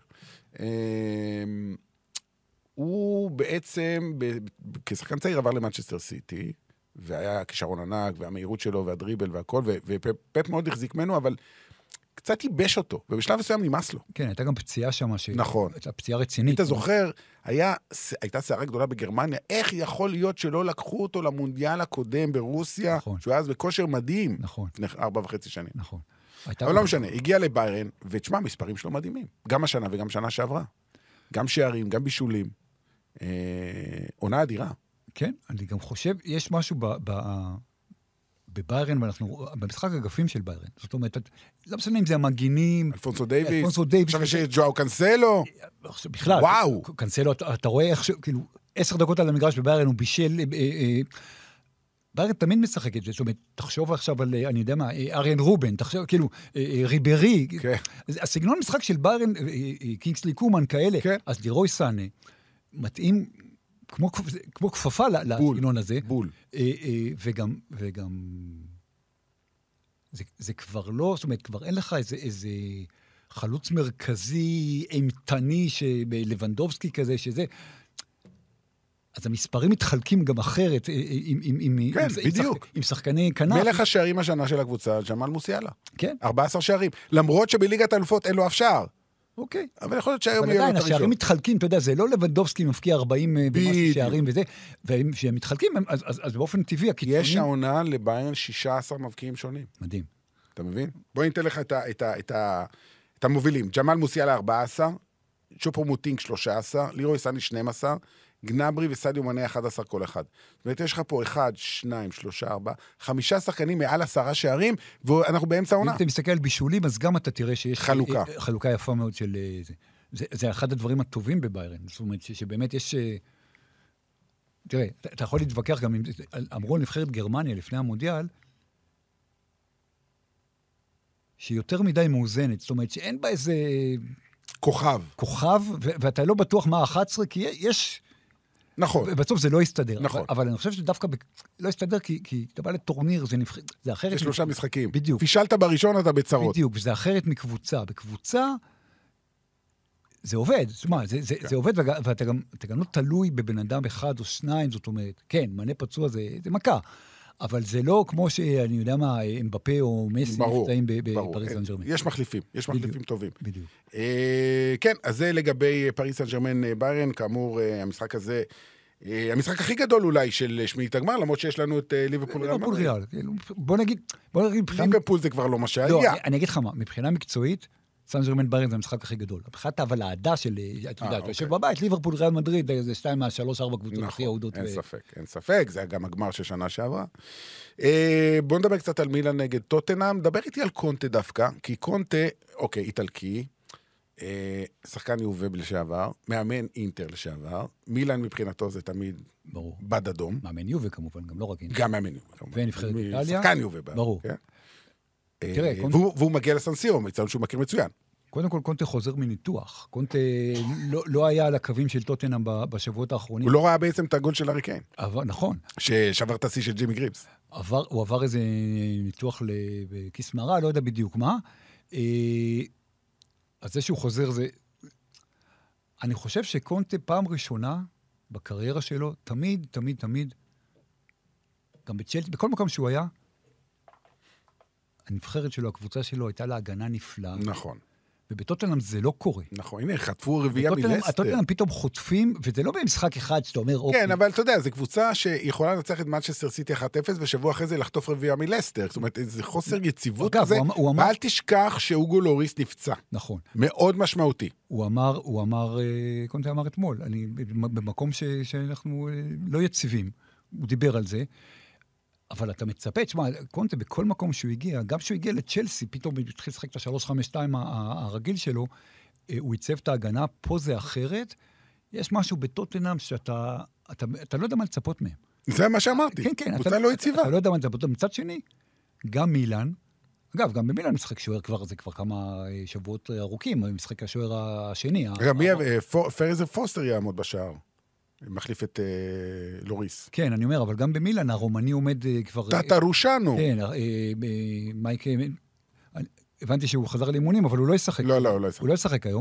הוא בעצם, כשחקן צעיר עבר למנצ'סטר סיטי, והיה כישרון ענק, והמהירות שלו, והדריבל והכל, ופפ מאוד החזיק ממנו, אבל קצת ייבש אותו, ובשלב מסוים נמאס לו. כן, הייתה גם פציעה שם, נכון. הייתה פציעה רצינית. אתה זוכר, הייתה סערה גדולה בגרמניה, איך יכול להיות שלא לקחו אותו למונדיאל הקודם ברוסיה, נכון. שהוא היה אז בכושר מדהים, נכון. לפני 4.5 שנים. נכון. אבל לא משנה, הגיע לביירן, ותשמע, מספרים שלו מדהימים. גם השנה וגם שנה שעברה. גם שערים, גם בישולים. עונה אדירה. כן, אני גם חושב, יש משהו בביירן, ואנחנו, במשחק אגפים של ביירן. זאת אומרת, לא משנה אם זה המגינים. אלפונסו דייביס. עכשיו יש את ג'ואו קנסלו. בכלל. וואו. קנסלו, אתה רואה איך, כאילו, 10 דקות על המגרש בביירן, הוא בישל, ביירן תמיד משחק את זה, זאת אומרת, תחשוב עכשיו על, אני יודע מה, אריאן רובן, תחשוב, כאילו, ריברי. כן. הסגנון משחק של ביירן, קינגסלי קומן כאלה, אז לירוי סאנה, מתאים כמו כפפה לסגנון הזה. בול. וגם זה כבר לא, זאת אומרת, כבר אין לך איזה חלוץ מרכזי, אימתני, בלבנדובסקי כזה, שזה... אז המספרים מתחלקים גם אחרת, עם שחקני כנף. מלך השערים השנה של הקבוצה, ג'מאל מוסיאלה. כן. 14 שערים. למרות שבליגת האלופות אין לו אף שער. אוקיי. אבל יכול להיות שהיום אבל יהיה לו עדיין, את הראשון. השערים מתחלקים, אתה יודע, זה לא לבנדובסקי מפקיע 40 ומשהו שערים וזה, וכשהם מתחלקים, אז באופן טבעי, הקיצונים... יש העונה לביירן 16 מבקיעים שונים. מדהים. אתה מבין? בוא ניתן לך את המובילים. ג'מאל מוסיאלה 14, צ'ופו מוטינג 13, לירוי סאנה 12, גנברי וסדיו מנה 11 כל אחד. זאת אומרת, יש לך פה 1, 2, 3, 4, 5 שחקנים מעל 10 שערים, ואנחנו באמצע העונה. אם אתה מסתכל על בישולים, אז גם אתה תראה שיש... חלוקה. חלוקה יפה מאוד של זה. זה אחד הדברים הטובים בביירן. זאת אומרת, שבאמת יש... תראה, אתה יכול להתווכח גם, אמרו על נבחרת גרמניה לפני המונדיאל, שהיא יותר מדי מאוזנת. זאת אומרת, שאין בה איזה... כוכב, ואתה לא בטוח מה 11, כי יש... נכון. ובסוף זה לא יסתדר. נכון. אבל אני חושב שדווקא לא יסתדר, כי אתה בא לטורניר, זה אחרת... יש 3 משחקים. בדיוק. פישלת בראשון, אתה בצרות. בדיוק, וזה אחרת מקבוצה. בקבוצה, זה עובד. זאת אומרת, זה עובד, ואתה גם לא תלוי בבן אדם אחד או שניים, זאת אומרת, כן, מנה פצוע זה מכה. אבל זה לא כמו שאני יודע מה, אמבפה או מסי נפצעים בפריז סן ז'רמן. יש מחליפים טובים. בדיוק. כן, אז זה לגבי פריז סן ז'רמן ביירן, כאמור, המשחק הזה, המשחק הכי גדול אולי של שמינית הגמר, למרות שיש לנו את ליברפול ריאל. בוא נגיד... ליברפול זה כבר לא מה שהיה. לא, אני אגיד לך מה, מבחינה מקצועית, סן ז'רמן ביירן זה המשחק הכי גדול. מבחינת אבל העדה של, אתה יודע, אתה יושב בבית, ליברפול ריאל מדריד, זה 2 מה-3-4 קבוצות הכי אהודות. אין ספק, זה גם הגמר של שנה שעברה. בוא נדבר קצת על מילאן נגד טוטנהאם, דבר איתי על קונטה דווקא, כי קונטה, אוקיי, איטלקי, שחקן יובה לשעבר, מאמן אינטר לשעבר, מילאן מבחינתו זה תמיד בד אדום. מאמן יובה כמובן, גם לא רק אינטר. גם מאמן יובה כמובן. ונבחרת איטליה. שחקן יובה. ברור. והוא מגיע לסנסירו, מצאנו שהוא מכיר מצוין. קודם כל, קונטה חוזר מניתוח. קונטה לא היה על הקווים של טוטנהאם בשבועות האחרונים. הוא לא ראה בעצם את הגול של הארי קיין. נכון. ששבר את השיא של ג'ימי גריבס. הוא עבר איזה ניתוח בכיס מערה, לא יודע בדיוק מה. אז זה שהוא חוזר זה... אני חושב שקונטה פעם ראשונה בקריירה שלו, תמיד, תמיד, תמיד, גם בצ'לסי, בכל מקום שהוא היה, הנבחרת שלו, הקבוצה שלו, הייתה לה הגנה נפלאה. נכון. ובטוטנהאם זה לא קורה. נכון, הנה, חטפו רביעייה מלסטר. הטוטנהאם פתאום חוטפים, וזה לא במשחק אחד שאתה אומר, אוקיי. כן, אבל אתה יודע, זו קבוצה שיכולה לנצח את מנצ'סטר סיטי 1-0, ושבוע אחרי זה לחטוף רביעייה מלסטר. זאת אומרת, זה חוסר יציבות כזה. ואל תשכח שאוגו לוריס נפצע. נכון. מאוד משמעותי. הוא אמר, קונטה אמר אתמול, אני במקום שאנחנו לא יציבים, הוא דיבר על זה, אבל אתה מצפה, תשמע, קונטה בכל מקום שהוא הגיע, גם כשהוא הגיע לצ'לסי, פתאום הוא התחיל לשחק את ה-3-5-2 הרגיל שלו, הוא ייצב את ההגנה, פה זה אחרת, יש משהו בטוטנהאם שאתה לא יודע מה לצפות מהם. זה מה שאמרתי. כן, כן. קבוצה לא יציבה. אתה לא יודע מה לצפות. מצד שני, גם מילאן, אגב, גם במילאן משחק שוער כבר, זה כבר כמה שבועות ארוכים, משחק השוער השני. גם פרזר פוסטר יעמוד בשער. מחליף את לוריס. כן, אני אומר, אבל גם במילאן הרומני עומד כבר... טטרושנו. כן, מייק... הבנתי שהוא חזר לאימונים, אבל הוא לא ישחק. לא, הוא לא ישחק. הוא לא ישחק היום.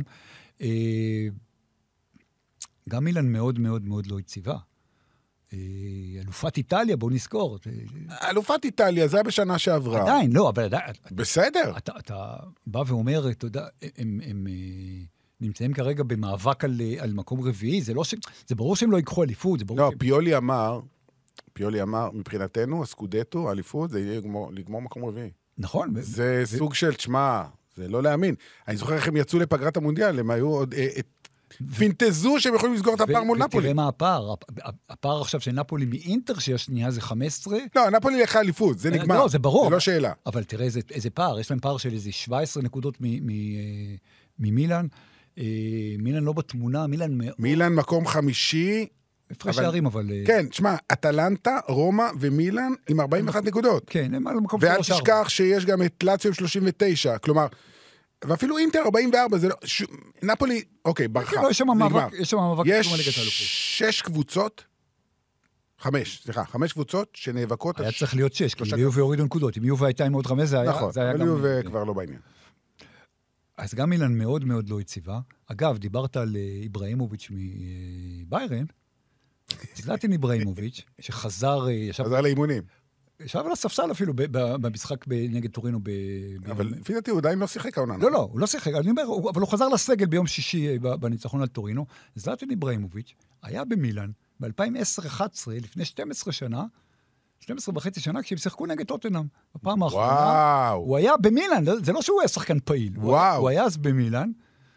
גם מילאן מאוד מאוד מאוד לא יציבה. אלופת איטליה, בואו נזכור. אלופת איטליה, זה היה בשנה שעברה. עדיין, לא, אבל עדיין... בסדר. אתה בא ואומר, אתה יודע, הם נמצאים כרגע במאבק על מקום רביעי, זה ברור שהם לא ייקחו אליפות, זה ברור לא, פיולי אמר, מבחינתנו, הסקודטו, האליפות, זה יהיה לגמור מקום רביעי. נכון. זה סוג של, תשמע, זה לא להאמין. אני זוכר איך הם יצאו לפגרת המונדיאל, הם היו עוד... פינטזו שהם יכולים לסגור את הפער מול נפולי. ותראה מה הפער. הפער עכשיו של נפולי מאינטר, שהשנייה זה 15. לא, נפולי לקחה אליפות, זה נגמר. לא, זה ברור. זה לא שאלה. אבל תראה איזה פער. יש להם פער של איזה 17 נקודות ממילאן. מילאן לא בתמונה, מילאן מקום חמישי. הפרש שערים, אבל... כן, תשמע, אטלנטה, רומא ומילאן עם 41 נקודות. כן, הם על מקום 3-4. ואל תשכח שיש גם את לאציו 39, כלומר... ואפילו אינטר 44, זה לא... נפולי, אוקיי, ברכה. לא, יש שם מאבק. יש 6 קבוצות, 5 קבוצות שנאבקות... היה צריך להיות 6, כי יובה הורידו נקודות. אם יובה הייתה עם עוד 5, זה היה... נכון, אבל יובה כבר לא בעניין. אז גם מילאן מאוד מאוד לא יציבה. אגב, דיברת על איברהימוביץ' מביירן, זלאטן איברהימוביץ', שחזר... חזר לאימונים. ישב על הספסל אפילו במשחק נגד טורינו. אבל לפי דעתי הוא עדיין לא שיחק העונה. לא, הוא לא שיחק, אני אומר, אבל הוא חזר לסגל ביום שישי בניצחון על טורינו. זלאטן איברהימוביץ' היה במילאן ב-2010-2011, לפני 12 שנה, 12 וחצי שנה, כשהם שיחקו נגד טוטנהאם. בפעם האחרונה, הוא היה במילאן, זה לא שהוא היה שחקן פעיל. הוא היה אז במילאן,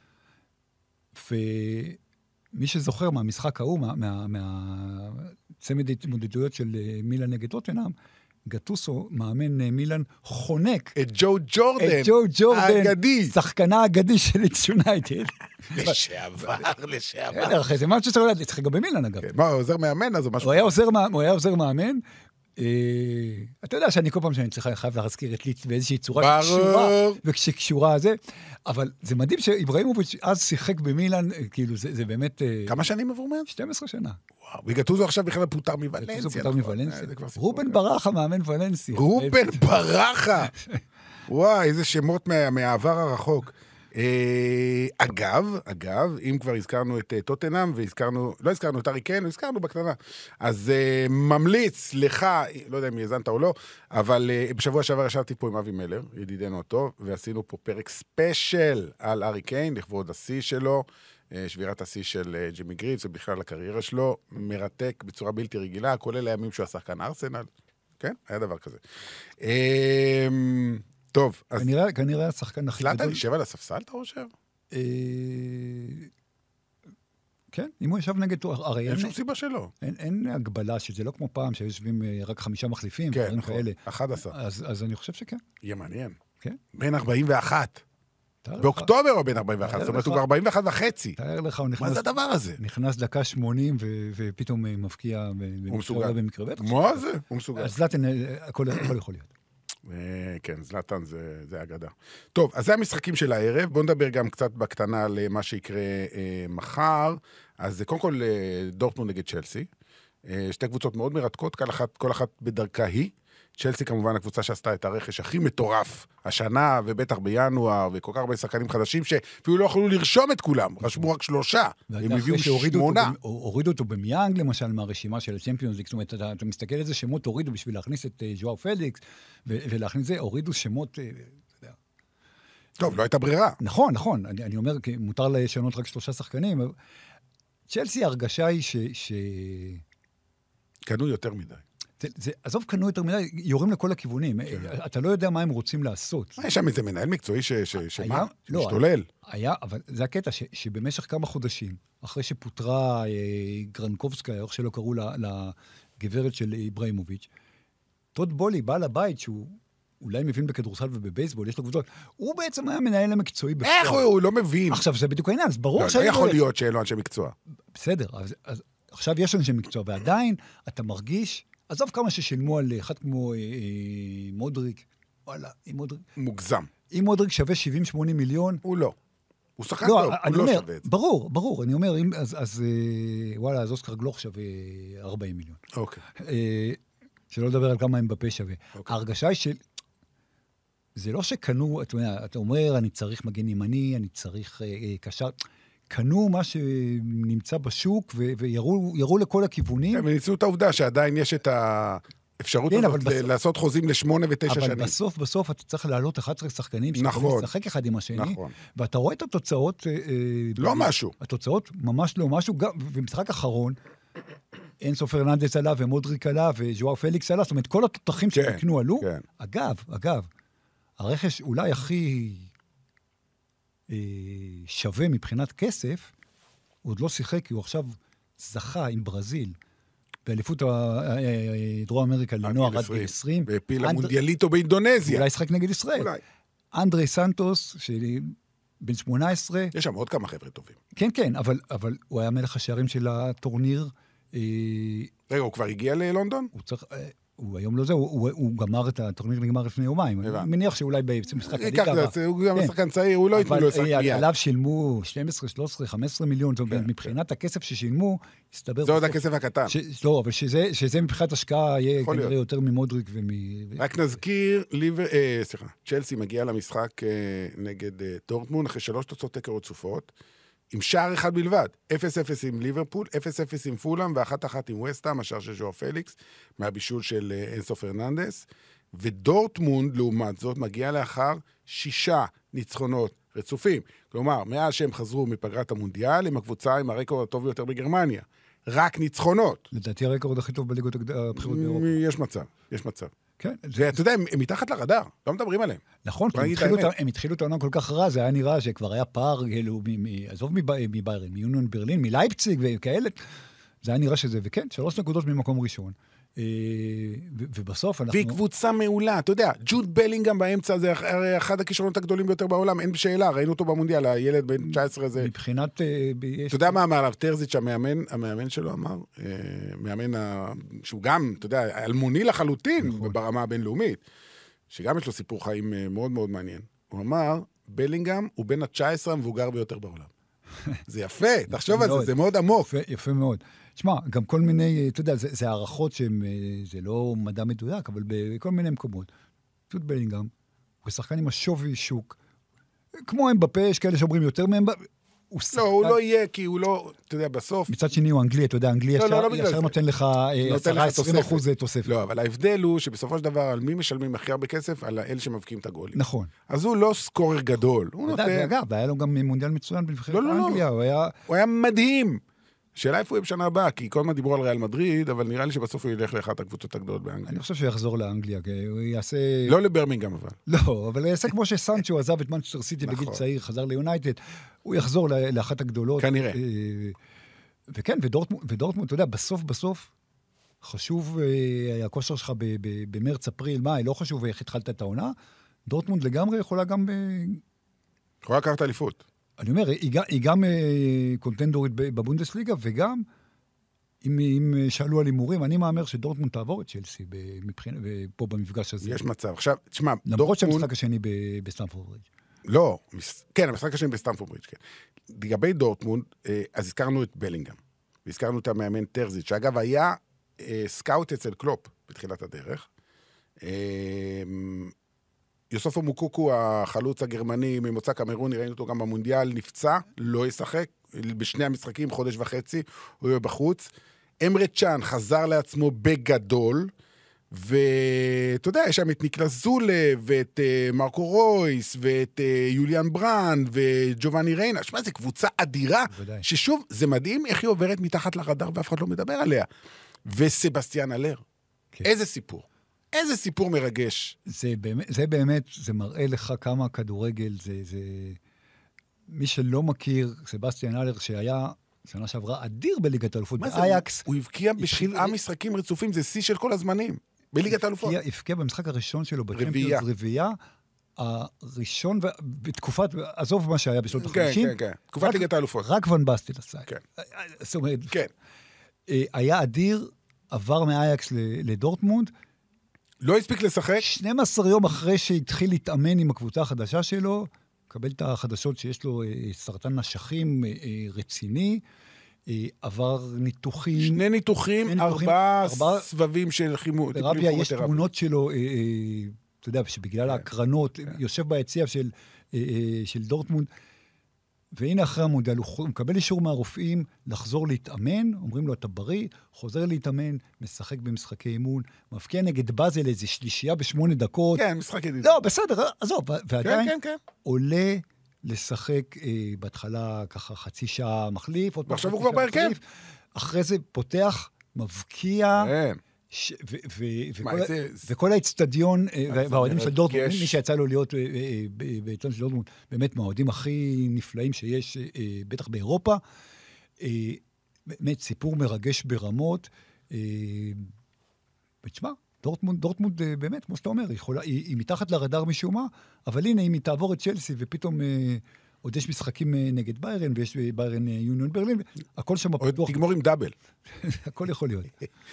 ומי שזוכר מהמשחק ההוא, מהצמד התמודדויות של מילאן נגד טוטנהאם, גטוסו, מאמן מילאן, חונק את ג'ו ג'ורדן, האגדי. שחקנה האגדי של לידס יונייטד. לשעבר. אחרי זה מה שצריך לדעת, צריך גם במילאן אגב. מה, הוא עוזר מאמן? הוא היה עוזר מאמן. אתה יודע שאני כל פעם שאני חייב להזכיר את ליץ באיזושהי צורה שקשורה, וכשקשורה זה, אבל זה מדהים שאיברהימוביץ' אז שיחק במילאן, כאילו זה באמת... כמה שנים עבור מאז? 12 שנה. וואו, וגטוזו עכשיו בכלל פוטר מוולנסיה. רובן ברחה מאמן ולנסיה. רובן ברחה! וואי, איזה שמות מהעבר הרחוק. אגב, אם כבר הזכרנו את טוטנהאם, לא הזכרנו את ארי קיין, הזכרנו בקטנה, אז ממליץ לך, לא יודע אם יזנת או לא, אבל בשבוע שעבר ישבתי פה עם אבי מלר, ידידנו הטוב, ועשינו פה פרק ספיישל על ארי קיין, לכבוד השיא שלו, שבירת השיא של ג'ימי גריבס, ובכלל הקריירה שלו, מרתק בצורה בלתי רגילה, כולל הימים שהוא השחקן ארסנל, כן? היה דבר כזה. טוב, אז... כנראה השחקן הכי גדול... זלאטן ישב על הספסל, אתה חושב? כן, אם הוא ישב נגד... אין שום סיבה שלא. אין הגבלה שזה לא כמו פעם, שיושבים רק 5 מחליפים, כן, נכון, 11. אז אני חושב שכן. יהיה מעניין. כן. בין 41. באוקטובר או בין 41? זאת אומרת, הוא כבר 41 וחצי. תאר לך, הוא נכנס... מה זה הדבר הזה? נכנס דקה 80 ופתאום מבקיע... הוא מסוגל. במקרה. מה זה? הוא מסוגל. אז זלאטן, הכל יכול להיות. כן, זלאטן זה אגדה. טוב, אז זה המשחקים של הערב. בואו נדבר גם קצת בקטנה על מה שיקרה מחר. אז קודם כל, דורטמונד נגד צ'לסי. 2 קבוצות מאוד מרתקות, כל אחת בדרכה היא. צ'לסי כמובן הקבוצה שעשתה את הרכש הכי מטורף השנה, ובטח בינואר, וכל כך הרבה שחקנים חדשים, שאפילו לא יכולו לרשום את כולם, רשמו רק 3, הם הביאו 8. הורידו אותו במיאנג, למשל, מהרשימה של הצ'מפיונס ליג, זאת אומרת, אתה מסתכל איזה שמות הורידו בשביל להכניס את ז'ואר פליקס, ולהכניס זה, הורידו שמות... טוב, לא הייתה ברירה. נכון, נכון, אני אומר, מותר לשנות רק 3 שחקנים, צ'לסי הרגשה היא קנו יותר מדי. עזוב, קנו יותר מדי, יורים לכל הכיוונים. אתה לא יודע מה הם רוצים לעשות. יש שם איזה מנהל מקצועי שמה? שמשתולל. היה, אבל זה הקטע שבמשך כמה חודשים, אחרי שפוטרה גרנקובסקה, איך שלא קראו לגברת של איברהימוביץ', טוד בולי בא לבית שהוא אולי מבין בכדורסל ובבייסבול, יש לו קבוצות, הוא בעצם היה מנהל המקצועי. איך הוא לא מבין? עכשיו, זה בדיוק העניין, אז ברור לא יכול להיות שאין לו אנשי מקצוע. בסדר, אז עכשיו יש אנשי מקצוע, ועדיין אתה מרגיש, עזוב כמה ששילמו על אחד כמו מודריק, וואלה, עם מודריק. מוגזם. אם מודריק שווה 70-80 מיליון... הוא לא. הוא שחקן טוב, הוא לא שווה את זה. ברור, אני אומר, אז וואלה, אז אוסקר גלוך שווה 40 מיליון. אוקיי. שלא לדבר על כמה הם בפה שווה. ההרגשה היא של... זה לא שקנו, אתה אומר, אני צריך מגן ימני, אני צריך קשר... קנו מה שנמצא בשוק, ויראו לכל הכיוונים. כן, וניסו את העובדה שעדיין יש את האפשרות הזאת לעשות חוזים ל8 ו9 שנים. אבל בסוף אתה צריך לעלות 11 שחקנים, שיכולים לשחק אחד עם השני, ואתה רואה את התוצאות... לא משהו. התוצאות ממש לא משהו, במשחק האחרון, אינסו פרננדס עלה, ומודריק עלה, וז'ואר פליקס עלה, זאת אומרת, כל התותחים שקנו עלו. אגב, הרכש אולי הכי... שווה מבחינת כסף, הוא עוד לא שיחק, כי הוא עכשיו זכה עם ברזיל, באליפות דרום אמריקה לנוער עד גיל 20. והפיל המונדיאליטו באינדונזיה. אולי ישחק נגד ישראל. אולי. אנדרי סנטוס, בן 18. יש שם עוד כמה חבר'ה טובים. כן, אבל הוא היה מלך השערים של הטורניר. רגע, הוא כבר הגיע ללונדון? הוא היום לא זה, הוא גמר את הטורניר, נגמר לפני יומיים. אני מניח שאולי במשחק הליגה... הוא גם שחקן צעיר, הוא לא ייתנו לו לשחק מיד. אבל עליו שילמו 12, 13, 15 מיליון, זאת אומרת, מבחינת הכסף ששילמו, הסתבר... זה עוד הכסף הקטן. לא, אבל שזה מבחינת השקעה יהיה כנראה יותר ממודריק רק נזכיר, צ'לסי מגיע למשחק נגד דורטמונד, אחרי 3 תוצאות תיקו רצופות, עם שער אחד בלבד, 0-0 עם ליברפול, 0-0 עם פולאם, ו1-1 עם וסטהאם, השער של ז'ואר פליקס, מהבישול של אינסו פרננדס, ודורטמונד, לעומת זאת, מגיע לאחר 6 ניצחונות רצופים. כלומר, מאז שהם חזרו מפגרת המונדיאל, עם הקבוצה עם הרקורד הטוב ביותר בגרמניה. רק ניצחונות. לדעתי הרקורד הכי טוב בליגות הבחירות באירופה. יש מצב. כן. ואתה יודע, הם מתחת לרדאר, לא מדברים עליהם. נכון, הם התחילו את העונה כל כך רע, זה היה נראה שכבר היה פער, עזוב מביירן, מיוניון ברלין, מלייפציג וכאלה, זה היה נראה שזה, וכן, 3 נקודות ממקום ראשון. ובסוף אנחנו... והיא קבוצה מעולה, אתה יודע, ג'וד בלינגהם באמצע, זה אחד הכישרונות הגדולים ביותר בעולם, אין בשאלה, ראינו אותו במונדיאל, הילד בן 19 הזה. מבחינת... אתה יודע מה אמר עליו? טרזיץ' המאמן שלו אמר, מאמן שהוא גם, אתה יודע, אלמוני לחלוטין ברמה הבינלאומית, שגם יש לו סיפור חיים מאוד מאוד מעניין. הוא אמר, בלינגהם הוא בין ה-19 המבוגר ביותר בעולם. זה יפה, תחשוב על זה, זה מאוד עמוק. יפה מאוד. תשמע, גם כל מיני, אתה יודע, זה הערכות שהן, זה לא מדע מדויק, אבל בכל מיני מקומות. ג'וד בלינגהם, הוא שחקן עם השווי שוק, כמו אמבפה, יש כאלה שאומרים יותר מאמבפה, לא, הוא לא יהיה, כי הוא לא, אתה יודע, בסוף... מצד שני הוא אנגלי, אתה יודע, אנגלי ישר נותן לך 10-20% תוספת. לא, אבל ההבדל הוא שבסופו של דבר, על מי משלמים הכי הרבה כסף? על האלה שמבקיעים את הגולים. נכון. אז הוא לא סקורר גדול. אגב, היה לו גם מונדיאל מצוין בנבחרת אנגליה. הוא היה מדהים. שאלה איפה הוא יהיה בשנה הבאה, כי כל מה דיברו על ריאל מדריד, אבל נראה לי שבסוף הוא ילך לאחת הקבוצות הגדולות באנגליה. אני חושב שהוא יחזור לאנגליה, הוא יעשה... לא לברמינגהאם אבל. לא, אבל הוא יעשה כמו שסנצ'ו עזב את מנצ'סטר סיטי בגיל צעיר, חזר ליונייטד, הוא יחזור לאחת הגדולות. כנראה. וכן, ודורטמונד, אתה יודע, בסוף, חשוב הכושר שלך במרץ, אפריל, מאי, לא חשוב איך התחלת את העונה, דורטמונד לגמרי יכולה גם... יכולה לקחת אליפות. אני אומר, היא גם קונטנדורית בבונדסליגה, וגם, אם שאלו על הימורים, אני מאמר שדורטמונד תעבור את צ'לסי פה במפגש הזה. יש מצב. עכשיו, תשמע, למרות שהמשחק השני בסטמפורד ברידג'. לא, כן, המשחק השני בסטמפורד ברידג', כן. לגבי דורטמונד, אז הזכרנו את בלינגהאם, והזכרנו את המאמן טרזיץ', שאגב היה סקאוט אצל קלופ בתחילת הדרך, יוסופו מוקוקו, החלוץ הגרמני ממוצא קמרוני, ראינו אותו גם במונדיאל, נפצע, לא ישחק, בשני המשחקים, חודש וחצי, הוא יהיה בחוץ. אמרה צ'אן חזר לעצמו בגדול, ואתה יודע, יש שם את ניקלס זולה, ואת מרקו רויס, ואת יוליאן ברן, וג'ובאני ריינה. שמה, זו קבוצה אדירה, ששוב, זה מדהים איך היא עוברת מתחת לרדאר, ואף אחד לא מדבר עליה. וסבסטיאן אלר. איזה סיפור. איזה סיפור מרגש. זה באמת, זה מראה לך כמה כדורגל, זה מי שלא מכיר, סבסטיאן אלר, שהיה שנה שעברה אדיר בליגת האלופות, באייקס. הוא הבקיע ב7 משחקים רצופים, זה שיא של כל הזמנים, בליגת האלופות. הבקיע במשחק הראשון שלו, בצ'מפיונס רביעייה, הראשון, בתקופת, עזוב מה שהיה בשנות ה-50. כן, כן, תקופת ליגת האלופות. רק ון בסטל עשה. כן. זאת אומרת, כן. היה אדיר, עבר מאייקס לדורטמונד, לא הספיק לשחק. 12 יום אחרי שהתחיל להתאמן עם הקבוצה החדשה שלו, קבל את החדשות שיש לו סרטן נשכים רציני, עבר ניתוחים. 2 ניתוחים, 4 סבבים של כימותרפיה. ברביה יש תמונות שלו, אתה יודע, שבגלל ההקרנות, יושב ביציע של דורטמונד, והנה אחרי המונדיאל, הוא מקבל אישור מהרופאים לחזור להתאמן, אומרים לו, אתה בריא, חוזר להתאמן, משחק במשחקי אימון, מפקיע נגד באזל איזו שלישייה ב8 דקות. כן, משחק ידיד. לא, בסדר, עזוב, ועדיין כן. עולה לשחק בהתחלה ככה חצי שעה מחליף, ועכשיו הוא כבר בהרכב. אחרי זה פותח, מבקיע, וכל האצטדיון, והאוהדים של דורטמונד, מי שיצא לו להיות באצטדיון של דורטמונד, באמת מהאוהדים הכי נפלאים שיש, בטח באירופה, באמת סיפור מרגש ברמות, ותשמע, דורטמונד באמת, כמו שאתה אומר, היא מתחת לרדאר משום מה, אבל הנה, אם היא תעבור את צ'לסי, ופתאום עוד יש משחקים נגד ביירן, ויש ביירן יוניון ברלין, הכל שם פתוח. תגמור עם דאבל. הכל יכול להיות.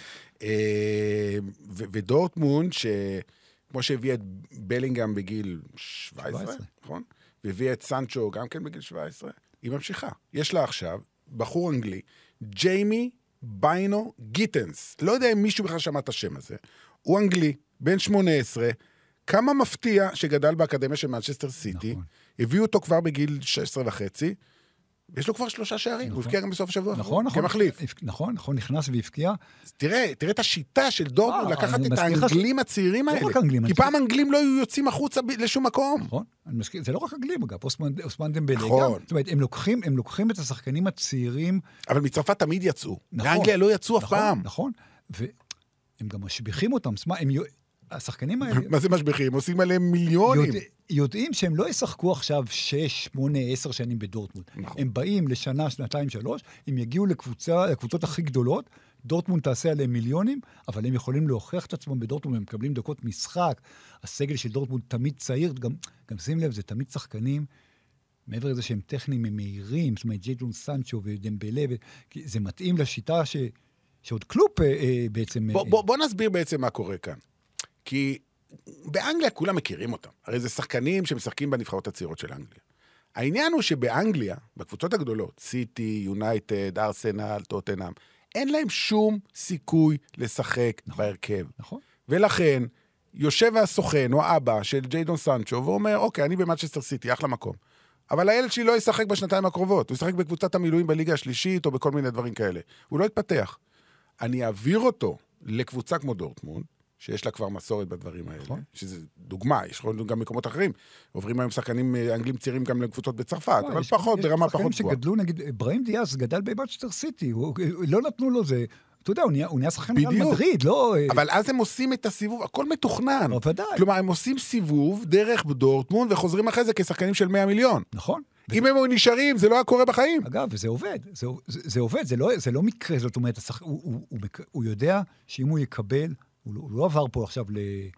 ודורטמונד, כמו שהביא את בלינגהם בגיל 17, נכון? והביא את סנצ'ו גם כן בגיל 17, היא ממשיכה. יש לה עכשיו בחור אנגלי, ג'יימי ביינו גיטנס. לא יודע אם מישהו בכלל שמע את השם הזה. הוא אנגלי, בן 18, כמה מפתיע שגדל באקדמיה של מנצ'סטר סיטי, הביאו אותו כבר בגיל 16 וחצי, יש לו כבר 3 שערים, הוא הבקיע גם בסוף השבוע, כמחליף. נכון, נכנס והבקיע. תראה את השיטה של דורטמונד, לקחת את האנגלים הצעירים האלה, כי פעם אנגלים לא היו יוצאים החוצה לשום מקום. נכון, זה לא רק אנגלים, אגב, אוסמן דמבלה גם, זאת אומרת, הם לוקחים את השחקנים הצעירים. אבל מצרפת תמיד יצאו, מאנגליה לא יצאו אף פעם. נכון, והם גם משביחים אותם, השחקנים האלה... מה זה משביחים? עושים עליהם מיליונים. יודעים שהם לא ישחקו עכשיו 6, 8, 10 שנים בדורטמונד. הם באים לשנה, 2, 3, הם יגיעו לקבוצות הכי גדולות, דורטמונד תעשה עליהם מיליונים, אבל הם יכולים להוכיח את עצמם בדורטמונד, הם מקבלים דקות משחק, הסגל של דורטמונד תמיד צעיר, גם שים לב, זה תמיד שחקנים, מעבר לזה שהם טכניים, הם מהירים, זאת אומרת, ג'יידון סנצ'ו ודמבלה, זה מתאים לשיטה שעוד קלופ בעצם... בוא נסביר בעצם מה קורה כאן. כי באנגליה כולם מכירים אותם. הרי זה שחקנים שמשחקים בנבחרות הצעירות של אנגליה. העניין הוא שבאנגליה, בקבוצות הגדולות, סיטי, יונייטד, ארסנל, טוטנהאם, אין להם שום סיכוי לשחק בהרכב. נכון. ולכן, יושב הסוכן או האבא של ג'יידון סנצ'ו, ואומר, אוקיי, אני במנצ'סטר סיטי, אחלה מקום. אבל הילד שלי לא ישחק בשנתיים הקרובות. הוא ישחק בקבוצת המילואים בליגה השלישית, או בכל מיני דברים כאלה. הוא לא יתפתח. אני אעביר אותו לקבוצה כמו דורטמונד, שיש לה כבר מסורת בדברים האלה, שזה דוגמה, יש גם מקומות אחרים, עוברים היום שחקנים אנגלים צעירים גם לקבוצות בצרפת, אבל פחות, ברמה פחות גבוהה. שחקנים שגדלו, נגיד, בראים דיאס גדל במנצ'סטר סיטי, לא נתנו לו זה, אתה יודע, הוא נהיה שחקן ריאל מדריד, לא... אבל אז הם עושים את הסיבוב, הכל מתוכנן. ודאי. כלומר, הם עושים סיבוב דרך דורטמונד, וחוזרים אחרי זה כשחקנים של 100 מיליון. נכון. אם הם נשארים, זה לא היה קורה בחיים. אגב, וזה עובד, זה עובד, זה לא מקרה, זאת אומרת, הוא יודע שאם הוא יקבל, הוא לא עבר פה עכשיו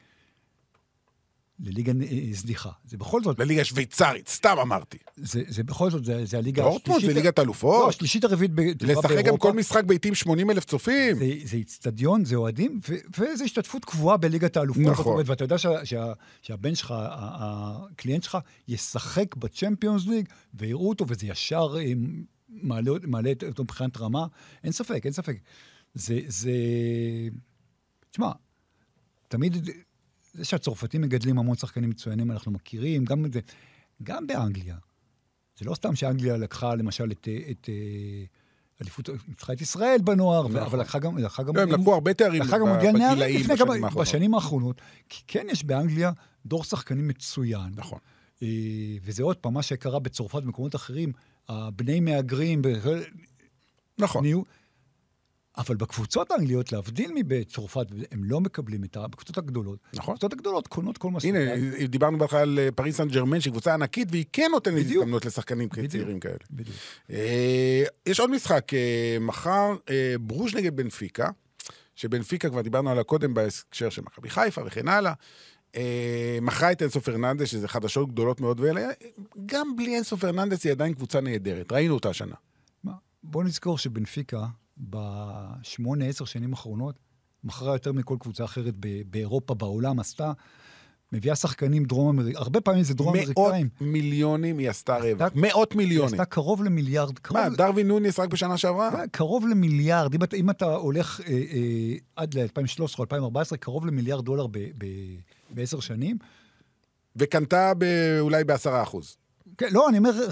לליגה זליחה. זה בכל זאת... לליגה שוויצרית, סתם אמרתי. זה בכל זאת, זה הליגה השלישית... דורטמונד זה ליגת אלופות. לא, השלישית הרביעית באירופה. לשחק גם כל משחק ביתים 80,000 צופים. זה אצטדיון, זה אוהדים, וזה השתתפות קבועה בליגת האלופות. נכון. ואתה יודע שהבן שלך, הקליינט שלך, ישחק בצ'מפיונס ליג, ויראו אותו, וזה ישר מעלה אותו מבחינת רמה. אין ספק, אין ספק. תשמע, תמיד זה שהצרפתים מגדלים המון שחקנים מצוינים, אנחנו מכירים, גם באנגליה. זה לא סתם שאנגליה לקחה, למשל, את אליפות, ניצחה את ישראל בנוער, אבל לקחה גם... לא, הם לקחו הרבה תארים בגילאים בשנים האחרונות. בשנים האחרונות, כי כן יש באנגליה דור שחקנים מצוין. נכון. וזה עוד פעם, מה שקרה בצרפת במקומות אחרים, הבני מהגרים, נכון. אבל בקבוצות האנגליות, להבדיל מבצרפת, הם לא מקבלים את בקבוצות הגדולות. נכון. הקבוצות הגדולות קונות כל מה הנה, דיברנו בכלל על פריס סן ז'רמן, שהיא קבוצה ענקית, והיא כן נותנת הזדמנות לשחקנים צעירים כאלה. בדיוק. יש עוד משחק, מחר ברוז' נגד בנפיקה, שבנפיקה כבר דיברנו עליה קודם בהקשר של מכבי חיפה וכן הלאה. מכרה את אינסו פרננדס, שזה חדשות גדולות מאוד, גם בלי אינסו פרננדס היא עדיין קבוצה נהדרת. ראינו אותה השנה. בוא נזכור שבנפיקה, ב8-10 שנים האחרונות, מכרה יותר מכל קבוצה אחרת באירופה, בעולם, מביאה שחקנים דרום אמריקאים, הרבה פעמים זה דרום אמריקאים. 100 מיליונים היא עשתה רווח. 100 מיליונים. היא עשתה קרוב למיליארד. מה, דרווין נוניס רק בשנה שעברה? קרוב למיליארד. אם אתה הולך עד ל-2013 או 2014, קרוב למיליארד דולר ב10 שנים. וקנתה אולי ב10%. כן, לא, אני אומר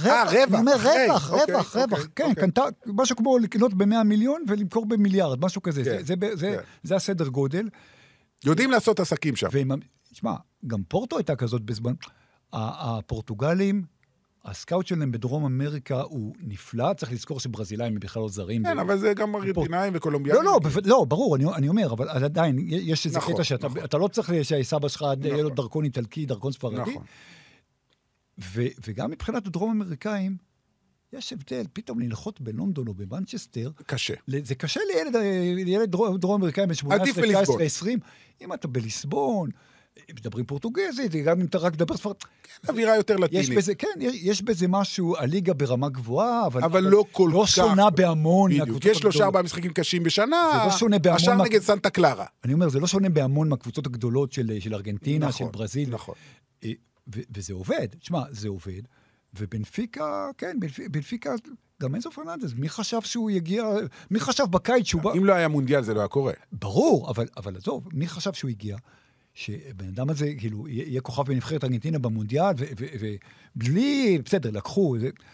רווח. כן, קנתה משהו כמו לקנות ב100 מיליון ולמכור במיליארד, משהו כזה. זה הסדר גודל. יודעים לעשות עסקים שם. תשמע, גם פורטו הייתה כזאת בזמן. הפורטוגלים, הסקאוט שלהם בדרום אמריקה הוא נפלא, צריך לזכור שברזילאים הם בכלל לא זרים. כן, אבל זה גם ארגנטינאים וקולומביאנים. לא, ברור, אני אומר, אבל עדיין, יש איזה קטע שאתה לא צריך שהסבא שלך יהיה לו דרכון איטלקי, דרכון ספרדי. וגם מבחינת הדרום אמריקאים, יש הבדל, פתאום לנחות בלונדון או במנצ'סטר. קשה. זה קשה לילד דרום אמריקאי ב-18, 19, 20. אם אתה בליסבון, מדברים פורטוגזית, גם אם אתה רק מדבר ספרד. אווירה יותר לטינית. כן, יש בזה משהו, הליגה ברמה גבוהה, אבל לא כל כך. לא שונה בהמון. בדיוק, יש 3-4 משחקים קשים בשנה. זה לא שונה בהמון. השאר נגד סנטה קלרה. אני אומר, זה לא שונה בהמון מהקבוצות הגדולות של ארגנטינה, של ברזיל. נכון. וזה עובד, תשמע, זה עובד, ובנפיקה, כן, בנפיקה, גם אינסו פרננדס, מי חשב שהוא יגיע, מי חשב בקיץ שהוא בא... אם לא היה מונדיאל זה לא היה קורה. ברור, אבל עזוב, מי חשב שהוא הגיע, שבן אדם הזה, כאילו, יהיה כוכב בנבחרת ארגנטינה במונדיאל, ובלי, בסדר, לקחו,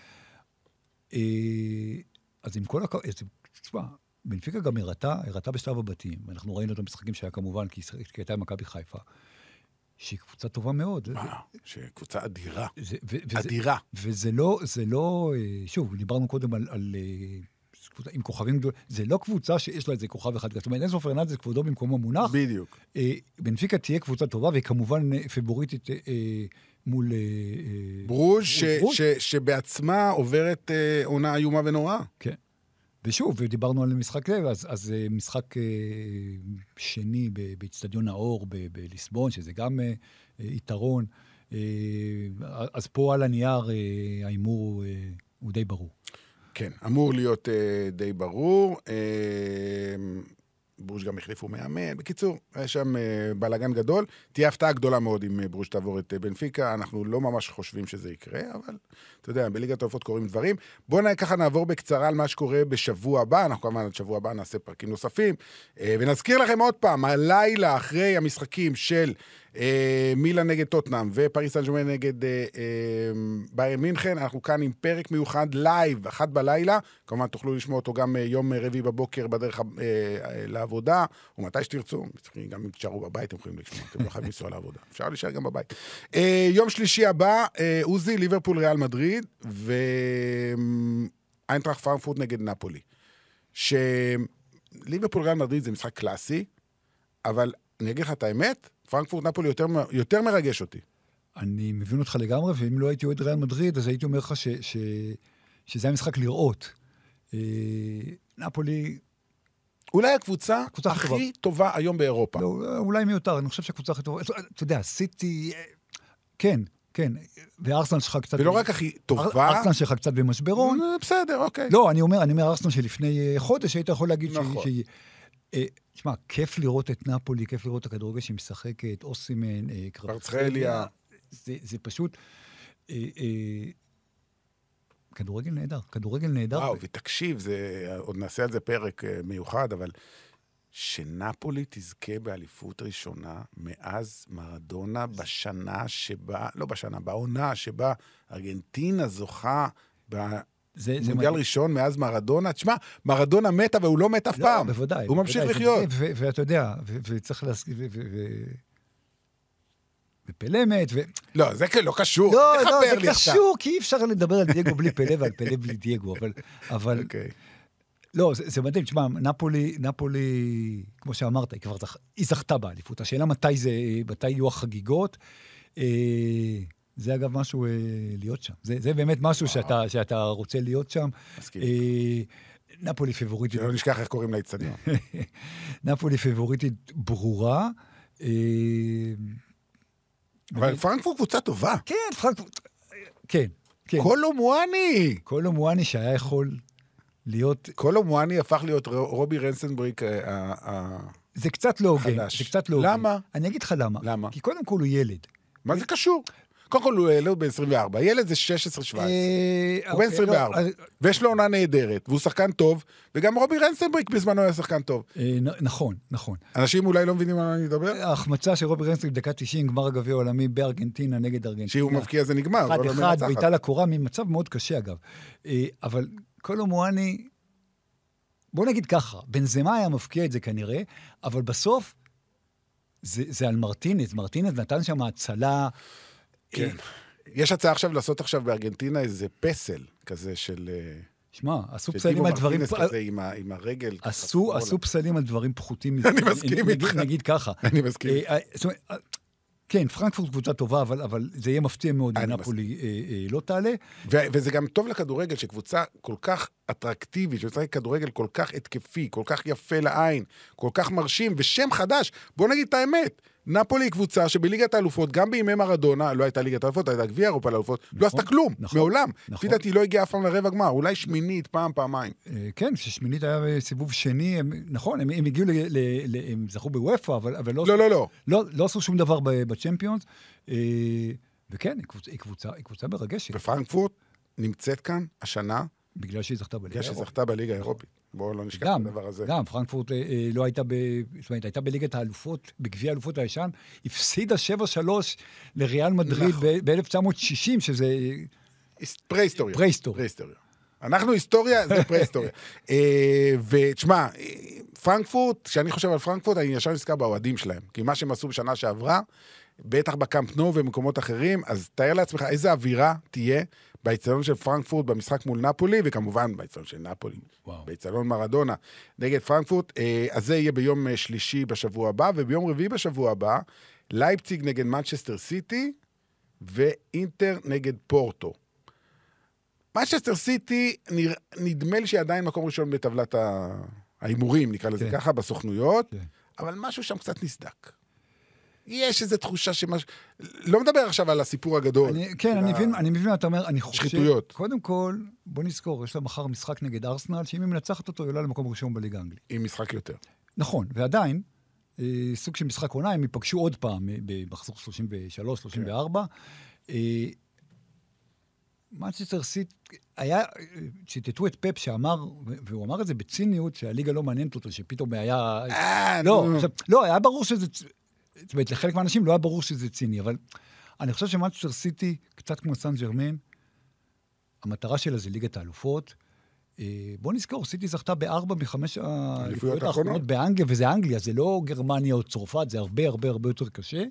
אז עם כל תשמע, בנפיקה גם הראתה בשלב הבתים, ואנחנו ראינו את המשחקים שהיה כמובן, כי הייתה עם מכבי חיפה, שהיא קבוצה טובה מאוד. שהיא קבוצה אדירה. אדירה. וזה לא, שוב, דיברנו קודם על עם כוכבים גדולים, זה לא קבוצה שיש לה איזה כוכב אחד. זאת אומרת, אינסו פרננדס זה כבודו במקום המונח. בדיוק. בנפיקה תהיה קבוצה טובה, והיא כמובן פבוריטית מול... ברוז' שבעצמה עוברת עונה איומה ונוראה. כן. ושוב, ודיברנו על משחק לב, אז משחק שני באצטדיון האור בליסבון, שזה גם יתרון. אז פה על הנייר האימור הוא די ברור. כן, אמור להיות די ברור. ברוז' גם החליפו מאמן. בקיצור, יש שם בלגן גדול. תהיה הפתעה גדולה מאוד אם ברוז' תעבור את בנפיקה. אנחנו לא ממש חושבים שזה יקרה, אבל אתה יודע, בליגת האלופות קורים דברים. בואו ככה נעבור בקצרה על מה שקורה בשבוע הבא. אנחנו כמובן עד שבוע הבא נעשה פרקים נוספים. ונזכיר לכם עוד פעם, הלילה אחרי המשחקים של מילאן נגד טוטנהאם ופריס סן ז'רמן נגד ביירן מינכן, אנחנו כאן עם פרק מיוחד לייב, 1 בלילה, כמובן תוכלו לשמוע אותו גם יום רביעי בבוקר בדרך לעבודה, ומתי שתרצו, גם אם תשארו בבית, אתם יכולים לשמוע, אתם לא חייבים לנסוע לעבודה, אפשר להישאר גם בבית. יום שלישי הבא, עוזי, ליברפול ריאל מדריד, ואיינטראכט פרנקפורט נגד נפולי. שליברפול ריאל מדריד זה משחק קלאסי, אבל אני אגיד לך את האמת, פרנקפורט נפולי יותר מרגש אותי. אני מבין אותך לגמרי, ואם לא הייתי אוהד ריאל מדריד, אז הייתי אומר לך שזה המשחק לראות. נפולי... אולי הקבוצה הכי טובה היום באירופה. לא, אולי מיותר, אני חושב שהקבוצה הכי טובה... אתה יודע, סיטי... כן. וארסנל שלך קצת... ולא רק הכי טובה... ארסנל שלך קצת במשברון. בסדר, אוקיי. לא, אני אומר ארסנל שלפני חודש, היית יכול להגיד שהיא... תשמע, כיף לראות את נפולי, כיף לראות את הכדורגל שהיא משחקת, אוסימן, קוורצחליה. זה פשוט... כדורגל נהדר. וואו, ותקשיב, עוד נעשה על זה פרק מיוחד, אבל שנפולי תזכה באליפות ראשונה מאז מרדונה בשנה שבה, לא בשנה, בעונה שבה ארגנטינה זוכה במונדיאל ראשון מאז מרדונה. תשמע, מרדונה מת, אבל הוא לא מת אף פעם. בוודאי. הוא ממשיך לחיות. ואתה יודע, וצריך להסכים, ופלא מת, לא, זה לא קשור. לא, זה קשור, כי אי אפשר לדבר על דייגו בלי פלא ועל פלא בלי דייגו, אבל... לא, זה מדהים, תשמע, נפולי, כמו שאמרת, היא זכתה באליפות. השאלה מתי יהיו החגיגות. זה אגב משהו להיות שם. זה באמת משהו שאתה רוצה להיות שם. מסכים. נפולי פיבוריטית. שלא נשכח איך קוראים לאצטדיון. נפולי פיבוריטית ברורה. אבל פרנקפורט קבוצה טובה. כן, פרנקפורט. כן. קולו מואני שהיה יכול... להיות... קולו מואני הפך להיות רובי רנסנבריק זה קצת לא הוגן. למה? אני אגיד לך למה. למה? כי קודם כל הוא ילד. מה זה קשור? קודם כל הוא ילד ב-24. ילד זה 16-17. הוא בן 24. ויש לו עונה נהדרת, והוא שחקן טוב, וגם רובי רנסנבריק בזמנו היה שחקן טוב. נכון. אנשים אולי לא מבינים על מה אני מדבר? ההחמצה של רובי רנסנבריק בדקה 90, גמר הגביע העולמי בארגנטינה נגד ארגנטינה. שהוא מבקיע זה נגמר. 1-1, בעיטה לקורה, ממצב מאוד קשה אגב. אבל קולו מואני, בוא נגיד ככה, בנזמה היה מפקיע את זה כנראה, אבל בסוף זה על מרטינז. מרטינז נתן שם הצלה... כן. יש הצעה עכשיו לעשות עכשיו בארגנטינה איזה פסל כזה של... שמע, עשו פסלים על דברים... כזה עם הרגל. עשו פסלים על דברים פחותים. אני מסכים איתך. נגיד ככה. אני מסכים. כן, פרנקפורט קבוצה טובה, אבל זה יהיה מפתיע מאוד אם נפולי לא תעלה. וזה גם טוב לכדורגל, שקבוצה כל כך אטרקטיבית, שמשחק כדורגל כל כך התקפי, כל כך יפה לעין, כל כך מרשים, ושם חדש. בוא נגיד את האמת, נפולי היא קבוצה שבליגת האלופות, גם בימי מרדונה, לא הייתה ליגת האלופות, הייתה גביע אירופה לאלופות, לא עשתה כלום, מעולם. לפי דעתי לא הגיעה אף פעם לרבע גמר, אולי שמינית, פעמיים. כן, ששמינית היה סיבוב שני, נכון, הם הגיעו, הם זכו בוופא, אבל לא עשו שום דבר בצ'מפיונס, וכן, היא קבוצה מרגשת. ופרנקפורט נמצאת כאן השנה, בגלל שהיא זכתה בליגה האירופית. בגלל שזכתה בליגה האירופית. בואו לא נשכח את הדבר הזה. גם, פרנקפורט לא הייתה זאת אומרת, הייתה בליגת האלופות, בגביע האלופות הישן, הפסידה 7-3 לריאל מדריד ב-1960, שזה... פרה-היסטוריה. פרה-היסטוריה. אנחנו היסטוריה, זה פרה-היסטוריה. ותשמע, פרנקפורט, כשאני חושב על פרנקפורט, אני ישר נזכר באוהדים שלהם. כי מה שהם עשו בשנה שעברה, בטח בקאמפ נו ומקומות אחרים, אז תאר לעצמך איזה אווירה תהיה באצטדיון של פרנקפורט במשחק מול נפולי, וכמובן באצטדיון של נפולי, באצטדיון מרדונה נגד פרנקפורט. אז זה יהיה ביום שלישי בשבוע הבא, וביום רביעי בשבוע הבא, לייפציג נגד מנצ'סטר סיטי, ואינטר נגד פורטו. מנצ'סטר סיטי, נדמה לי שהיא עדיין מקום ראשון בטבלת האימורים, נקרא לזה ככה, בסוכנויות, אבל משהו שם קצת נסדק. יש איזו תחושה שמשהו... לא מדבר עכשיו על הסיפור הגדול. כן, אני מבין, אתה אומר, אני חושב... שחיתויות. קודם כל, בוא נזכור, יש לה מחר משחק נגד ארסנל, שאם היא מנצחת אותו, היא עולה למקום ראשון בליגה האנגלית. עם משחק יותר. נכון, ועדיין, סוג של משחק עונה, הם ייפגשו עוד פעם, במחזור 33, 34. מנצ'סטר סיטי, ציטטו את פפ שאמר, והוא אמר את זה בציניות, שהליגה לא מעניינת אותו, שפתאום היה... לא, היה ברור שזה... זאת אומרת, לחלק מהאנשים לא היה ברור שזה ציני, אבל אני חושב שמנצ'סטר סיטי, קצת כמו סן ג'רמן, המטרה שלה זה ליגת האלופות. בוא נזכור, סיטי זכתה ב4 מ5 האליפויות האחרונות באנגליה, וזה אנגליה, זה לא גרמניה או צרפת, זה הרבה יותר קשה.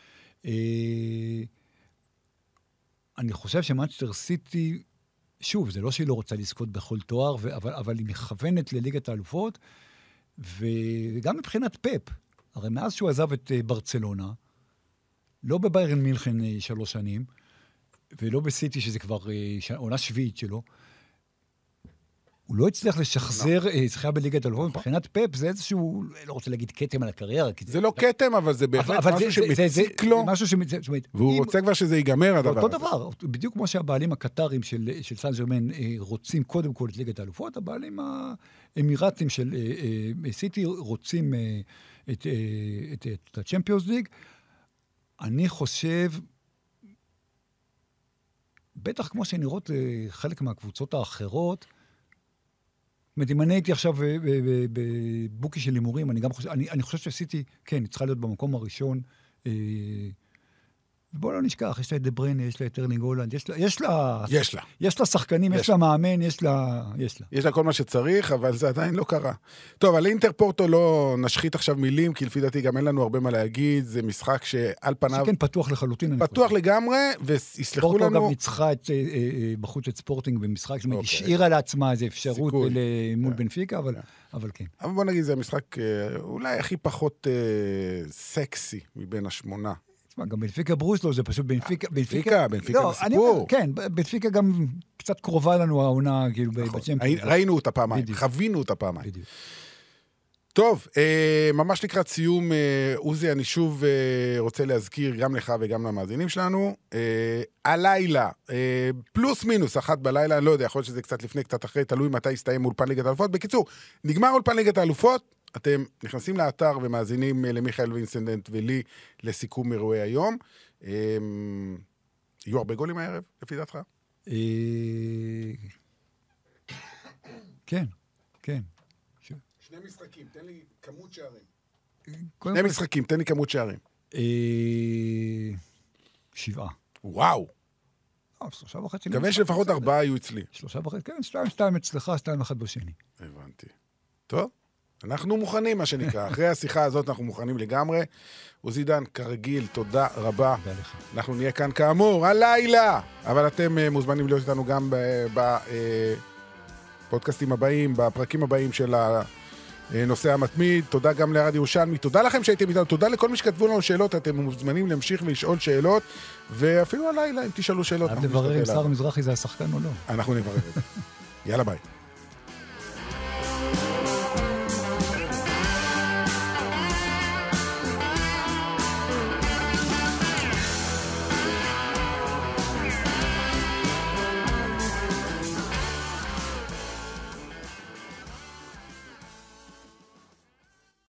אני חושב שמנצ'סטר סיטי, שוב, זה לא שהיא לא רוצה לזכות בכל תואר, אבל היא מכוונת לליגת האלופות, וגם מבחינת פפ, הרי מאז שהוא עזב את ברצלונה, לא בביירן מינכן 3 שנים, ולא בסיטי, שזה כבר עונה שביעית שלו, הוא לא הצליח לשחזר זכייה בליגת האלופות. מבחינת פפ זה איזשהו, לא רוצה להגיד כתם על הקריירה. זה לא כתם, אבל זה בהחלט משהו שמציק לו, והוא רוצה כבר שזה ייגמר הדבר הזה. אותו דבר, בדיוק כמו שהבעלים הקטרים של סן ג'רמן רוצים קודם כל את ליגת האלופות, הבעלים האמירתים של סיטי רוצים את הצ'מפיונס ליג. אני חושב, בטח כמו שנראות חלק מהקבוצות האחרות, אומרת, אם אני הייתי עכשיו בבוקי של הימורים, אני חושב שעשיתי, כן, היא צריכה להיות במקום הראשון. בואו לא נשכח, יש לה את דה בריינה, יש לה את ארלינג הולנד, יש לה שחקנים, יש לה מאמן, יש לה. יש לה כל מה שצריך, אבל זה עדיין לא קרה. טוב, על אינטר פורטו לא נשחית עכשיו מילים, כי לפי דעתי גם אין לנו הרבה מה להגיד, זה משחק שעל פניו... שכן פתוח לחלוטין. פתוח לגמרי, ויסלחו לנו... פורטו גם ניצחה בחוץ את ספורטינג במשחק, זאת אומרת, השאירה לעצמה איזו אפשרות מול בנפיקה, אבל כן. אבל בוא נגיד, זה המשחק אולי הכי פחות סקסי מבין השמונה. גם בנפיקה ברוסלו, זה פשוט בנפיקה לא, בסיפור. כן, בנפיקה גם קצת קרובה לנו העונה, כאילו, בצ'מפיונס. ראינו אותה פעמיים, חווינו אותה פעמיים. טוב, ממש לקראת סיום, עוזי, אני שוב רוצה להזכיר גם לך וגם למאזינים שלנו, הלילה, פלוס מינוס, 1 בלילה, אני לא יודע, יכול להיות שזה קצת לפני, קצת אחרי, תלוי מתי יסתיים אולפן ליגת האלופות. בקיצור, נגמר אולפן ליגת האלופות, אתם נכנסים לאתר ומאזינים למיכאל וינסנדנט ולי לסיכום אירועי היום. יהיו הרבה גולים הערב, לפי דעתך? כן, כן. שני משחקים, תן לי כמות שערים. שני משחקים, תן לי כמות שערים. 7. וואו. 3.5. כוון שלפחות 4 היו אצלי. 3.5, כן, 2-2 אצלך, 2-1 בשני. הבנתי. טוב, אנחנו מוכנים, מה שנקרא. אחרי השיחה הזאת אנחנו מוכנים לגמרי. עוזי דן, כרגיל, תודה רבה. תודה לך. אנחנו נהיה כאן כאמור, הלילה. אבל אתם מוזמנים להיות איתנו גם בפודקאסטים הבאים, בפרקים הבאים של הנושא המתמיד. תודה גם לירד ירושלמי. תודה לכם שהייתם איתנו. תודה לכל מי שכתבו לנו שאלות. אתם מוזמנים להמשיך ולשאול שאלות. ואפילו הלילה, אם תשאלו שאלות. עד לברר אם שר המזרחי זה השחקן או לא. אנחנו נברר את זה. יאללה ביי.